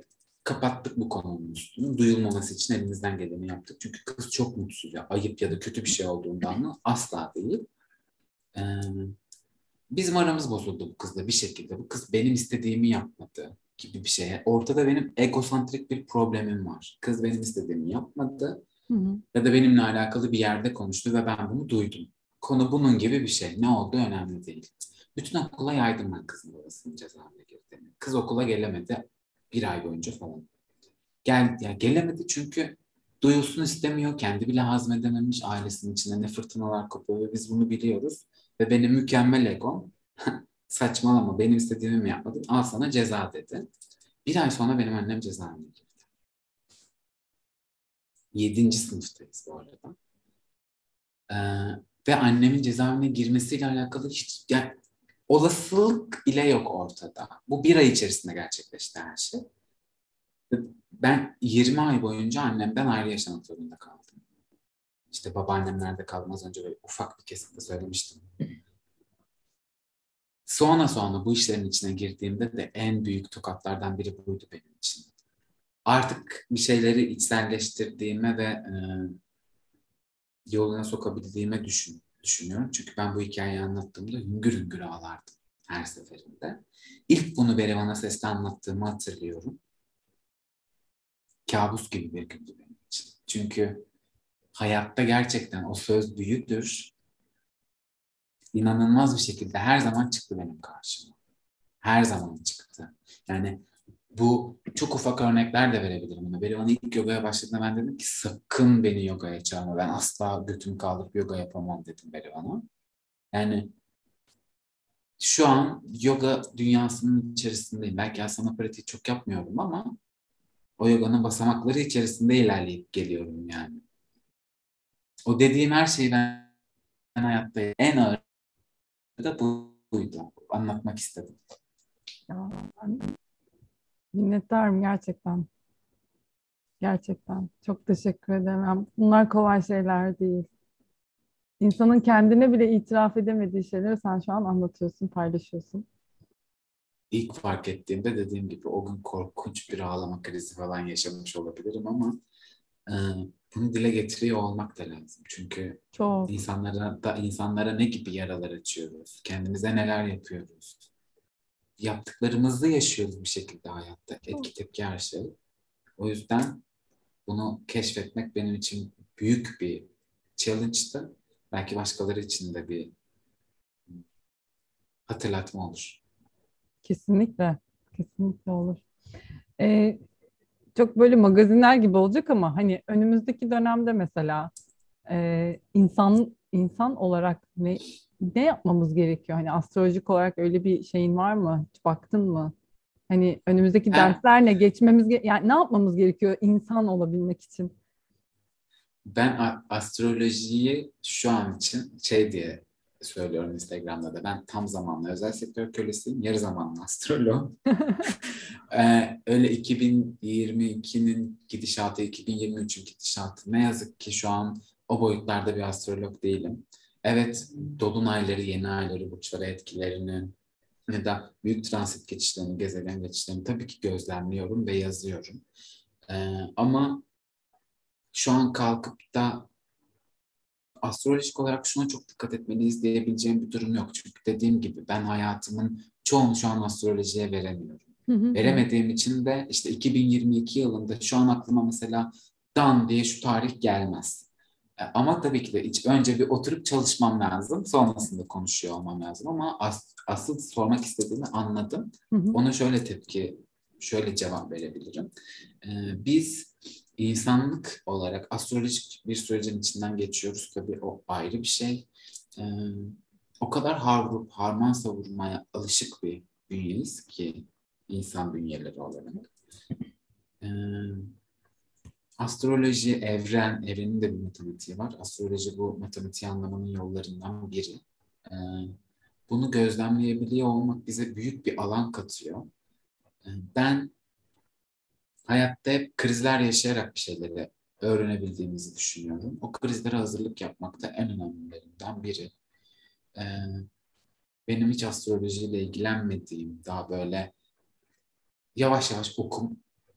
kapattık bu konunun üstünü. Duyulmaması için elimizden geleni yaptık. Çünkü kız çok mutsuz ya. Ayıp ya da kötü bir şey olduğundan mı? Asla değil. Ee, Bizim aramız bozuldu bu kızla bir şekilde. Bu kız benim istediğimi yapmadı gibi bir şey. Ortada benim egosantrik bir problemim var. Kız benim istediğimi yapmadı Hı hı. ya da benimle alakalı bir yerde konuştu ve ben bunu duydum. Konu bunun gibi bir şey. Ne olduğu önemli değil. Bütün okula yaydım ben kızın babasının cezaevine girdiğini. Kız okula gelemedi bir ay boyunca falan. Gel, ya gelemedi çünkü duyulsun istemiyor. Kendi bile hazmedememiş. Ailesinin içinde ne fırtınalar kopuyor ve biz bunu biliyoruz. Ve benim mükemmel egom saçmalama benim istediğimi mi yapmadın? Al sana ceza dedi. Bir ay sonra benim annem cezaevine girdi. Yedinci sınıftayız bu arada. Ee, Ve annemin cezaevine girmesiyle alakalı hiç yani, olasılık bile yok ortada. Bu bir ay içerisinde gerçekleşti her şey. Ben yirmi ay boyunca annemden ayrı yaşamak zorunda kaldım. İşte babaannem nerede kaldım az önce böyle ufak bir kesitte söylemiştim. Sonra sonra bu işlerin içine girdiğimde de en büyük tokatlardan biri buydu benim için. Artık bir şeyleri içselleştirdiğime ve e, yoluna sokabildiğime düşün, düşünüyorum. Çünkü ben bu hikayeyi anlattığımda hüngür hüngür ağlardım her seferinde. İlk bunu Berivan'a sesle anlattığımı hatırlıyorum. Kabus gibi bir gündü benim için. Çünkü hayatta gerçekten o söz büyüktür. İnanılmaz bir şekilde her zaman çıktı benim karşıma. Her zaman çıktı. Yani bu çok ufak örnekler de verebilirim ona. Berivan'a ilk yogaya başladığında ben dedim ki sakın beni yogaya çağırma. Ben asla götümü kaldırıp yoga yapamam dedim Berivan'a. Yani şu an yoga dünyasının içerisindeyim. Belki asana pratiği çok yapmıyorum ama o yoganın basamakları içerisinde ilerleyip geliyorum yani. O dediğim her şeyi ben hayatta en ağır da buydu. Anlatmak istedim. Ya, ben minnettarım gerçekten. Gerçekten. Çok teşekkür ederim. Bunlar kolay şeyler değil. İnsanın kendine bile itiraf edemediği şeyleri sen şu an anlatıyorsun, paylaşıyorsun. İlk fark ettiğimde dediğim gibi o gün korkunç bir ağlama krizi falan yaşamış olabilirim ama e, bunu dile getiriyor olmak da lazım. Çünkü Çok, insanlara da insanlara ne gibi yaralar açıyoruz? Kendimize neler yapıyoruz? Yaptıklarımızı yaşıyoruz bir şekilde hayatta. çok. Etki tepki her şey. O yüzden bunu keşfetmek benim için büyük bir challenge'tı. Belki başkaları için de bir hatırlatma olur. Kesinlikle. Kesinlikle olur. Ee, Çok böyle magazinler gibi olacak ama hani önümüzdeki dönemde mesela e, insan insan olarak ne ne yapmamız gerekiyor? Hani astrolojik olarak öyle bir şeyin var mı? Hiç baktın mı? Hani önümüzdeki Ben, dersler ne? Geçmemiz ge- yani ne yapmamız gerekiyor insan olabilmek için? ben a- astrolojiyi şu an için şey diye söylüyorum Instagram'da da. Ben tam zamanlı özel sektör kölesiyim. Yarı zamanlı astroloğum. Ee, öyle iki bin yirmi ikinin gidişatı, iki bin yirmi üçün gidişatı. Ne yazık ki şu an o boyutlarda bir astrolog değilim. Evet, dolunayları, yeni ayları, burçlara etkilerini ya da büyük transit geçişlerini, gezegen geçişlerini tabii ki gözlemliyorum ve yazıyorum. Ee, ama şu an kalkıp da astrolojik olarak şuna çok dikkat etmeliyiz diyebileceğim bir durum yok. Çünkü dediğim gibi ben hayatımın çoğunu şu an astrolojiye veremiyorum. Hı hı hı. Veremediğim için de işte iki bin yirmi iki yılında şu an aklıma mesela dan diye şu tarih gelmez. E, Ama tabii ki de hiç önce bir oturup çalışmam lazım. Sonrasında konuşuyor olmam lazım. Ama as, asıl sormak istediğini anladım. Hı hı. Ona şöyle tepki, şöyle cevap verebilirim. Ee, biz insanlık olarak astrolojik bir sürecin içinden geçiyoruz. Tabii o ayrı bir şey. Ee, O kadar harvup harman savurmaya alışık bir bünyeyiz ki insan bünyeleri olarak. Ee, Astroloji, evren, evrenin de bir matematiği var. Astroloji bu matematiği anlamanın yollarından biri. Ee, Bunu gözlemleyebiliyor olmak bize büyük bir alan katıyor. Ee, Ben hayatta hep krizler yaşayarak bir şeyleri öğrenebildiğimizi düşünüyorum. O krizlere hazırlık yapmak da en önemlilerinden biri. Ee, Benim hiç astrolojiyle ilgilenmediğim, daha böyle yavaş yavaş okum,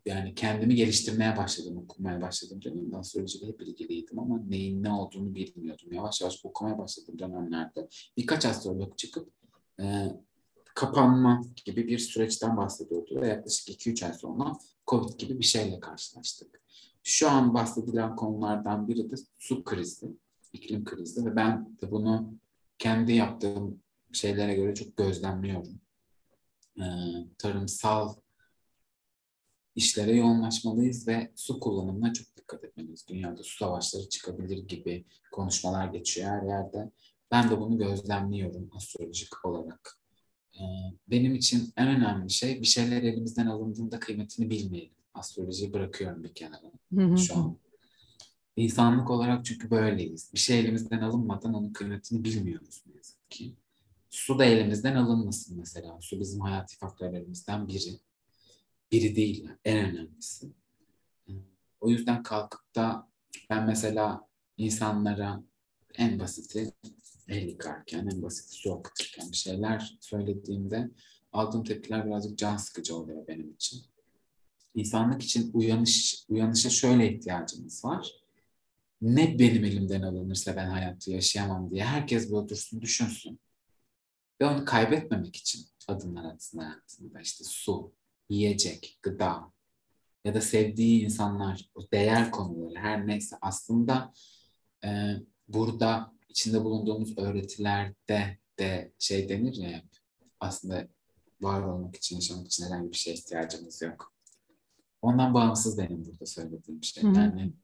yani kendimi geliştirmeye başladım, okumaya başladım dönemde. Astrolojiyle hep ilgiliydim ama neyin ne olduğunu bilmiyordum. Yavaş yavaş okumaya başladım dönemlerde. Birkaç astrolog çıkıp e, kapanma gibi bir süreçten bahsediyordu ve yaklaşık iki üç ay sonra Covid gibi bir şeyle karşılaştık. Şu an bahsedilen konulardan biri de su krizi, iklim krizi ve ben de bunu kendi yaptığım şeylere göre çok gözlemliyorum. Ee, tarımsal işlere yoğunlaşmalıyız ve su kullanımına çok dikkat etmeliyiz. Dünyada su savaşları çıkabilir gibi konuşmalar geçiyor her yerde. Ben de bunu gözlemliyorum astrolojik olarak. Ee, benim için en önemli şey bir şeyler elimizden alındığında kıymetini bilmeyelim. Astrolojiyi bırakıyorum bir kenara şu an. İnsanlık olarak çünkü böyleyiz. Bir şey elimizden alınmadan onun kıymetini bilmiyoruz ne yazık ki. Su da elimizden alınmasın mesela. Su bizim hayati faktörlerimizden biri. Biri değil, yani en önemlisi. O yüzden kalkıp da ben mesela insanlara en basiti el yıkarken, en basiti su akıtırken bir şeyler söylediğimde aldığım tepkiler birazcık can sıkıcı oluyor benim için. İnsanlık için uyanış, uyanışa şöyle ihtiyacımız var. Ne benim elimden alınırsa ben hayatı yaşayamam diye herkes bir otursun düşünsün. Ve onu kaybetmemek için adımlar atsın hayatında. İşte su, yiyecek, gıda ya da sevdiği insanlar, o değer konuları her neyse aslında e, burada içinde bulunduğumuz öğretilerde de şey denir ya hep, aslında var olmak için, yaşamak için herhangi bir şeye ihtiyacımız yok. Ondan bağımsız benim burada söylediğim şey. Hı hı. Yani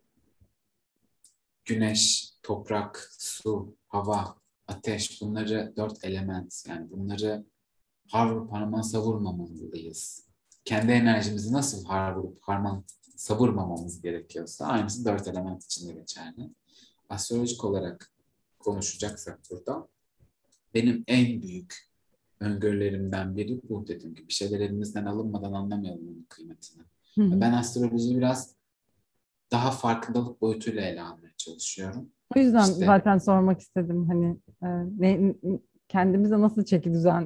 güneş, toprak, su, hava, ateş bunları dört element. Yani bunları har vurup harman savurmamalıyız. Kendi enerjimizi nasıl har vurup harman savurmamamız gerekiyorsa aynısı dört element için de geçerli. Astrolojik olarak konuşacaksak burada benim en büyük öngörülerimden biri bu dediğim gibi. Bir şeyler elimizden alınmadan anlamayalım onun kıymetini. Hı hı. Ben astrolojiyi biraz daha farkındalık boyutuyla ele almaya çalışıyorum. O yüzden İşte zaten sormak istedim hani e, ne, kendimize nasıl çeki düzen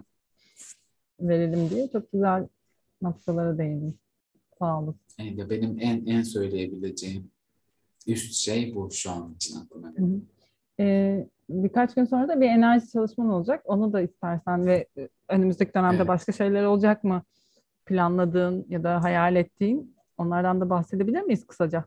verelim diye çok güzel noktalara değindin. Sağ olun. e, benim en en söyleyebileceğim üst şey bu şu an için aklıma Hı gelen. hı. E, birkaç gün sonra da bir enerji çalışman olacak. Onu da istersen ve e, önümüzdeki dönemde Evet. başka şeyler olacak mı planladığın ya da hayal ettiğin? Onlardan da bahsedebilir miyiz kısaca?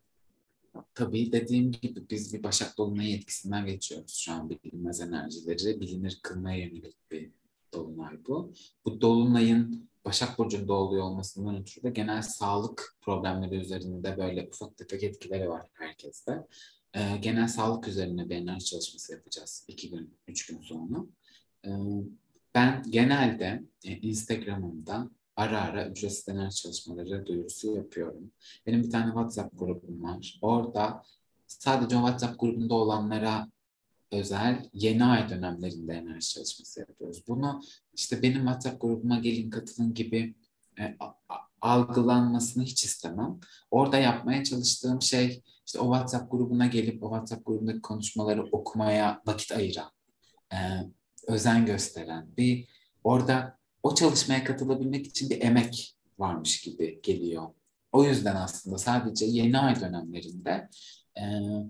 Tabii dediğim gibi biz bir Başak Dolunayı etkisinden geçiyoruz. Şu an bilinmez enerjileri bilinir kılmaya yönelik bir dolunay bu. Bu dolunayın Başak Burcu'nda oluyor olmasından ötürü de genel sağlık problemleri üzerinde böyle ufak tefek etkileri var herkeste. Ee, genel sağlık üzerine bir enerji çalışması yapacağız iki gün, üç gün sonra. Ee, ben genelde e, Instagram'ımda ara ara ücretsiz enerji çalışmaları duyurusu yapıyorum. Benim bir tane WhatsApp grubum var. Orada sadece o WhatsApp grubunda olanlara özel yeni ay dönemlerinde enerji çalışması yapıyoruz. Bunu işte benim WhatsApp grubuma gelin katılın gibi e, a- a- algılanmasını hiç istemem. Orada yapmaya çalıştığım şey işte o WhatsApp grubuna gelip o WhatsApp grubundaki konuşmaları okumaya vakit ayıran, e, özen gösteren bir orada o çalışmaya katılabilmek için bir emek varmış gibi geliyor. O yüzden aslında sadece yeni ay dönemlerinde e,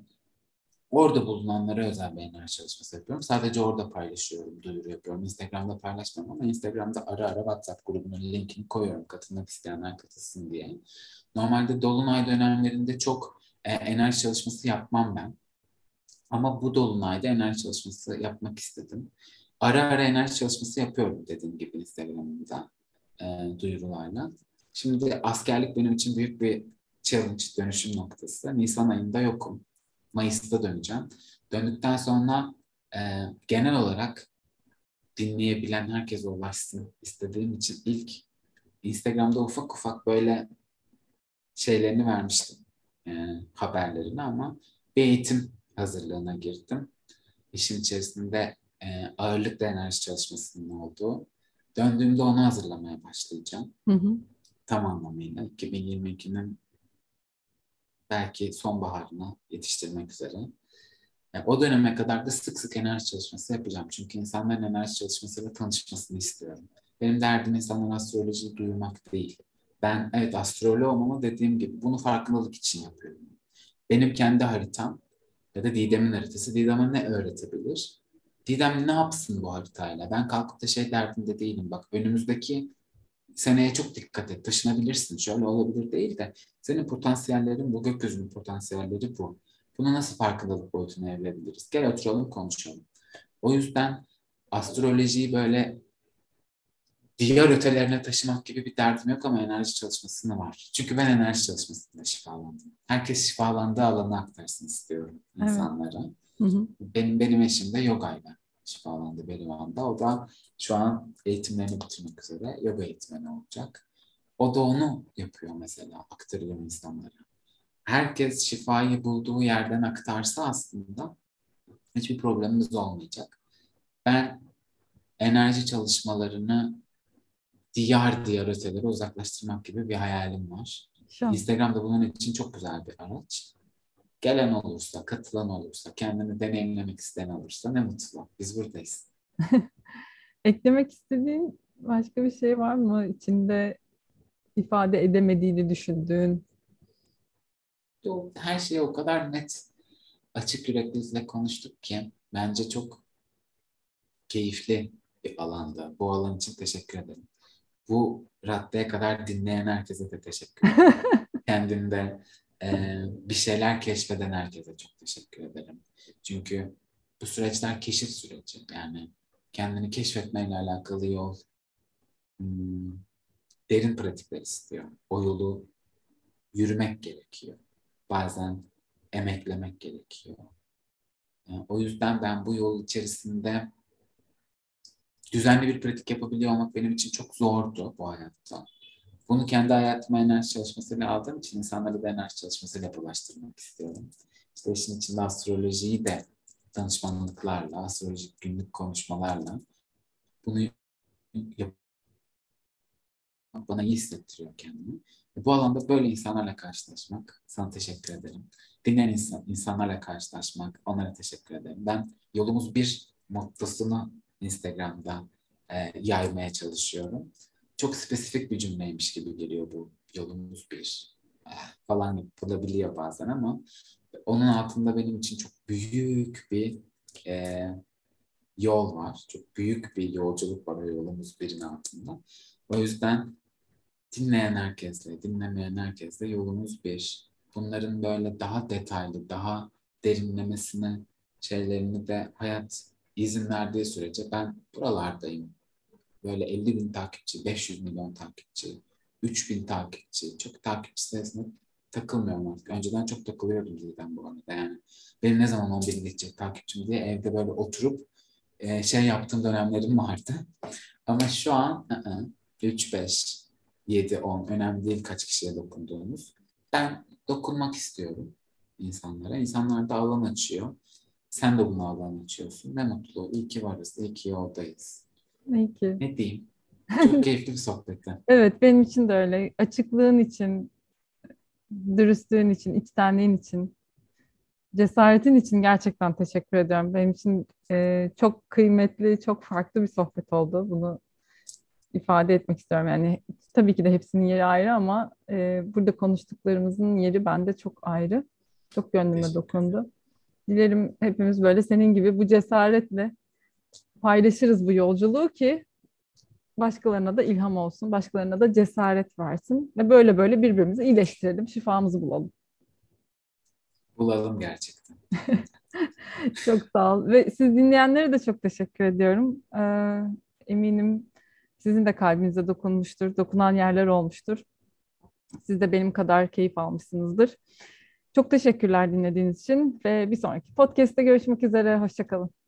orada bulunanlara özel bir enerji çalışması yapıyorum. Sadece orada paylaşıyorum, duyuru yapıyorum. Instagram'da paylaşmam ama Instagram'da ara ara WhatsApp grubunun linkini koyuyorum katılmak isteyenler katılsın diye. Normalde dolunay dönemlerinde çok e, enerji çalışması yapmam ben. Ama bu dolunayda enerji çalışması yapmak istedim. Ara ara enerji çalışması yapıyorum dediğim gibi Instagram'da e, duyurularla. Şimdi askerlik benim için büyük bir challenge, dönüşüm noktası. Nisan ayında yokum. Mayıs'ta döneceğim. Döndükten sonra e, genel olarak dinleyebilen herkese ulaşsın istediğim için ilk Instagram'da ufak ufak böyle şeylerini vermiştim, e, haberlerini ama bir eğitim hazırlığına girdim. İşin içerisinde e, ağırlıklı enerji çalışmasının olduğu. Döndüğümde onu hazırlamaya başlayacağım. Hı hı. Tam anlamıyla iki bin yirmi ikinin belki sonbaharına yetiştirmek üzere. Yani o döneme kadar da sık sık enerji çalışması yapacağım. Çünkü insanların enerji çalışmasıyla tanışmasını istiyorum. Benim derdim insanların astrolojiyi duymak değil. Ben evet astroloğum ama dediğim gibi bunu farkındalık için yapıyorum. Benim kendi haritam ya da Didem'in haritası Didem'e ne öğretebilir? Didem ne yapsın bu haritayla? Ben kalkıp da şey derdinde değilim. Bak önümüzdeki seneye çok dikkat et. Taşınabilirsin. Şöyle olabilir değil de senin potansiyellerin bu. Gökyüzünün potansiyelleri bu. Bunu nasıl farkındalık boyutuna evrilebiliriz? Gel oturalım konuşalım. O yüzden astrolojiyi böyle diğer ötelerine taşımak gibi bir derdim yok ama enerji çalışmasında var. Çünkü ben enerji çalışmasında şifalandım. Herkes şifalandığı alanı aktarsın istiyorum Evet. insanlara. Hı hı. Benim benim eşim de yogayla şifalandı Berivan'da. O da şu an eğitimlerini bitirmek üzere yoga eğitmeni olacak. O da onu yapıyor mesela, aktarıyor insanlara. Herkes şifayı bulduğu yerden aktarsa aslında hiçbir problemimiz olmayacak. Ben enerji çalışmalarını diyar diyar ötelere uzaklaştırmak gibi bir hayalim var. Şu Instagram'da bunun için çok güzel bir araç. Gelen olursa, katılan olursa, kendini deneyimlemek isteyen olursa ne mutlu. Biz buradayız. eklemek istediğin başka bir şey var mı? İçinde ifade edemediğini düşündüğün. O, her şeyi o kadar net, açık yüreklilikle konuştuk ki bence çok keyifli bir alanda. Bu alan için teşekkür ederim. Bu raddeye kadar dinleyen herkese de teşekkür ederim. Kendinde e, bir şeyler keşfeden herkese çok teşekkür ederim. Çünkü bu süreçler keşif süreci. Yani kendini keşfetmeyle alakalı yol hmm, derin pratikler istiyor. O yolu yürümek gerekiyor. Bazen emeklemek gerekiyor. Yani o yüzden ben bu yol içerisinde düzenli bir pratik yapabiliyor olmak benim için çok zordu bu hayatta. Bunu kendi hayatıma enerji çalışmasıyla aldığım için insanları da enerji çalışmasıyla bulaştırmak istiyorum. İşte işin içinde astrolojiyi de danışmanlıklarla, astrolojik günlük konuşmalarla bunu yapmak bana iyi hissettiriyor kendimi. Ve bu alanda böyle insanlarla karşılaşmak, sana teşekkür ederim. Dinleyen insan, insanlarla karşılaşmak, onlara teşekkür ederim. Ben yolumuz bir mottosunu Instagram'da e, yaymaya çalışıyorum. Çok spesifik bir cümleymiş gibi geliyor bu yolumuz bir eh, falan yapılabiliyor bazen ama onun altında benim için çok büyük bir e, yol var. Çok büyük bir yolculuk var o yolumuz birin altında. O yüzden dinleyen herkesle, dinlemeyen herkesle yolumuz bir. Bunların böyle daha detaylı, daha derinlemesine şeylerini de hayat izin verdiği sürece ben buralardayım. Böyle elli bin takipçi, beş yüz milyon takipçi, üç bin takipçi, çok takipçi sayısına takılmıyorum artık. Önceden çok takılıyordum zaten bu arada. Yani benim ne zaman on bin geçecek takipçim diye evde böyle oturup e, şey yaptığım dönemlerim vardı. Ama şu an ı-ı, üç, beş, yedi, on önemli değil kaç kişiye dokunduğumuz. Ben dokunmak istiyorum insanlara. İnsanlar da alan açıyor. Sen de buna alan açıyorsun. Ne mutlu. İyi ki varız. İyi ki yoldayız. İyi ki. Ne diyeyim? Çok keyifli bir sohbetti. Evet, benim için de öyle. Açıklığın için, dürüstlüğün için, içtenliğin için, cesaretin için gerçekten teşekkür ediyorum. Benim için e, çok kıymetli, çok farklı bir sohbet oldu. Bunu ifade etmek istiyorum. Yani tabii ki de hepsinin yeri ayrı ama e, burada konuştuklarımızın yeri bende çok ayrı. Çok gönlüme Teşekkür ederim. dokundu. Dilerim hepimiz böyle senin gibi bu cesaretle paylaşırız bu yolculuğu ki başkalarına da ilham olsun, başkalarına da cesaret versin ve böyle böyle birbirimizi iyileştirelim, şifamızı bulalım. Bulalım gerçekten. Çok sağ ol. Ve siz dinleyenlere de çok teşekkür ediyorum. Ee, eminim sizin de kalbinize dokunmuştur, dokunan yerler olmuştur. Siz de benim kadar keyif almışsınızdır. Çok teşekkürler dinlediğiniz için ve bir sonraki podcast'te görüşmek üzere. Hoşça kalın.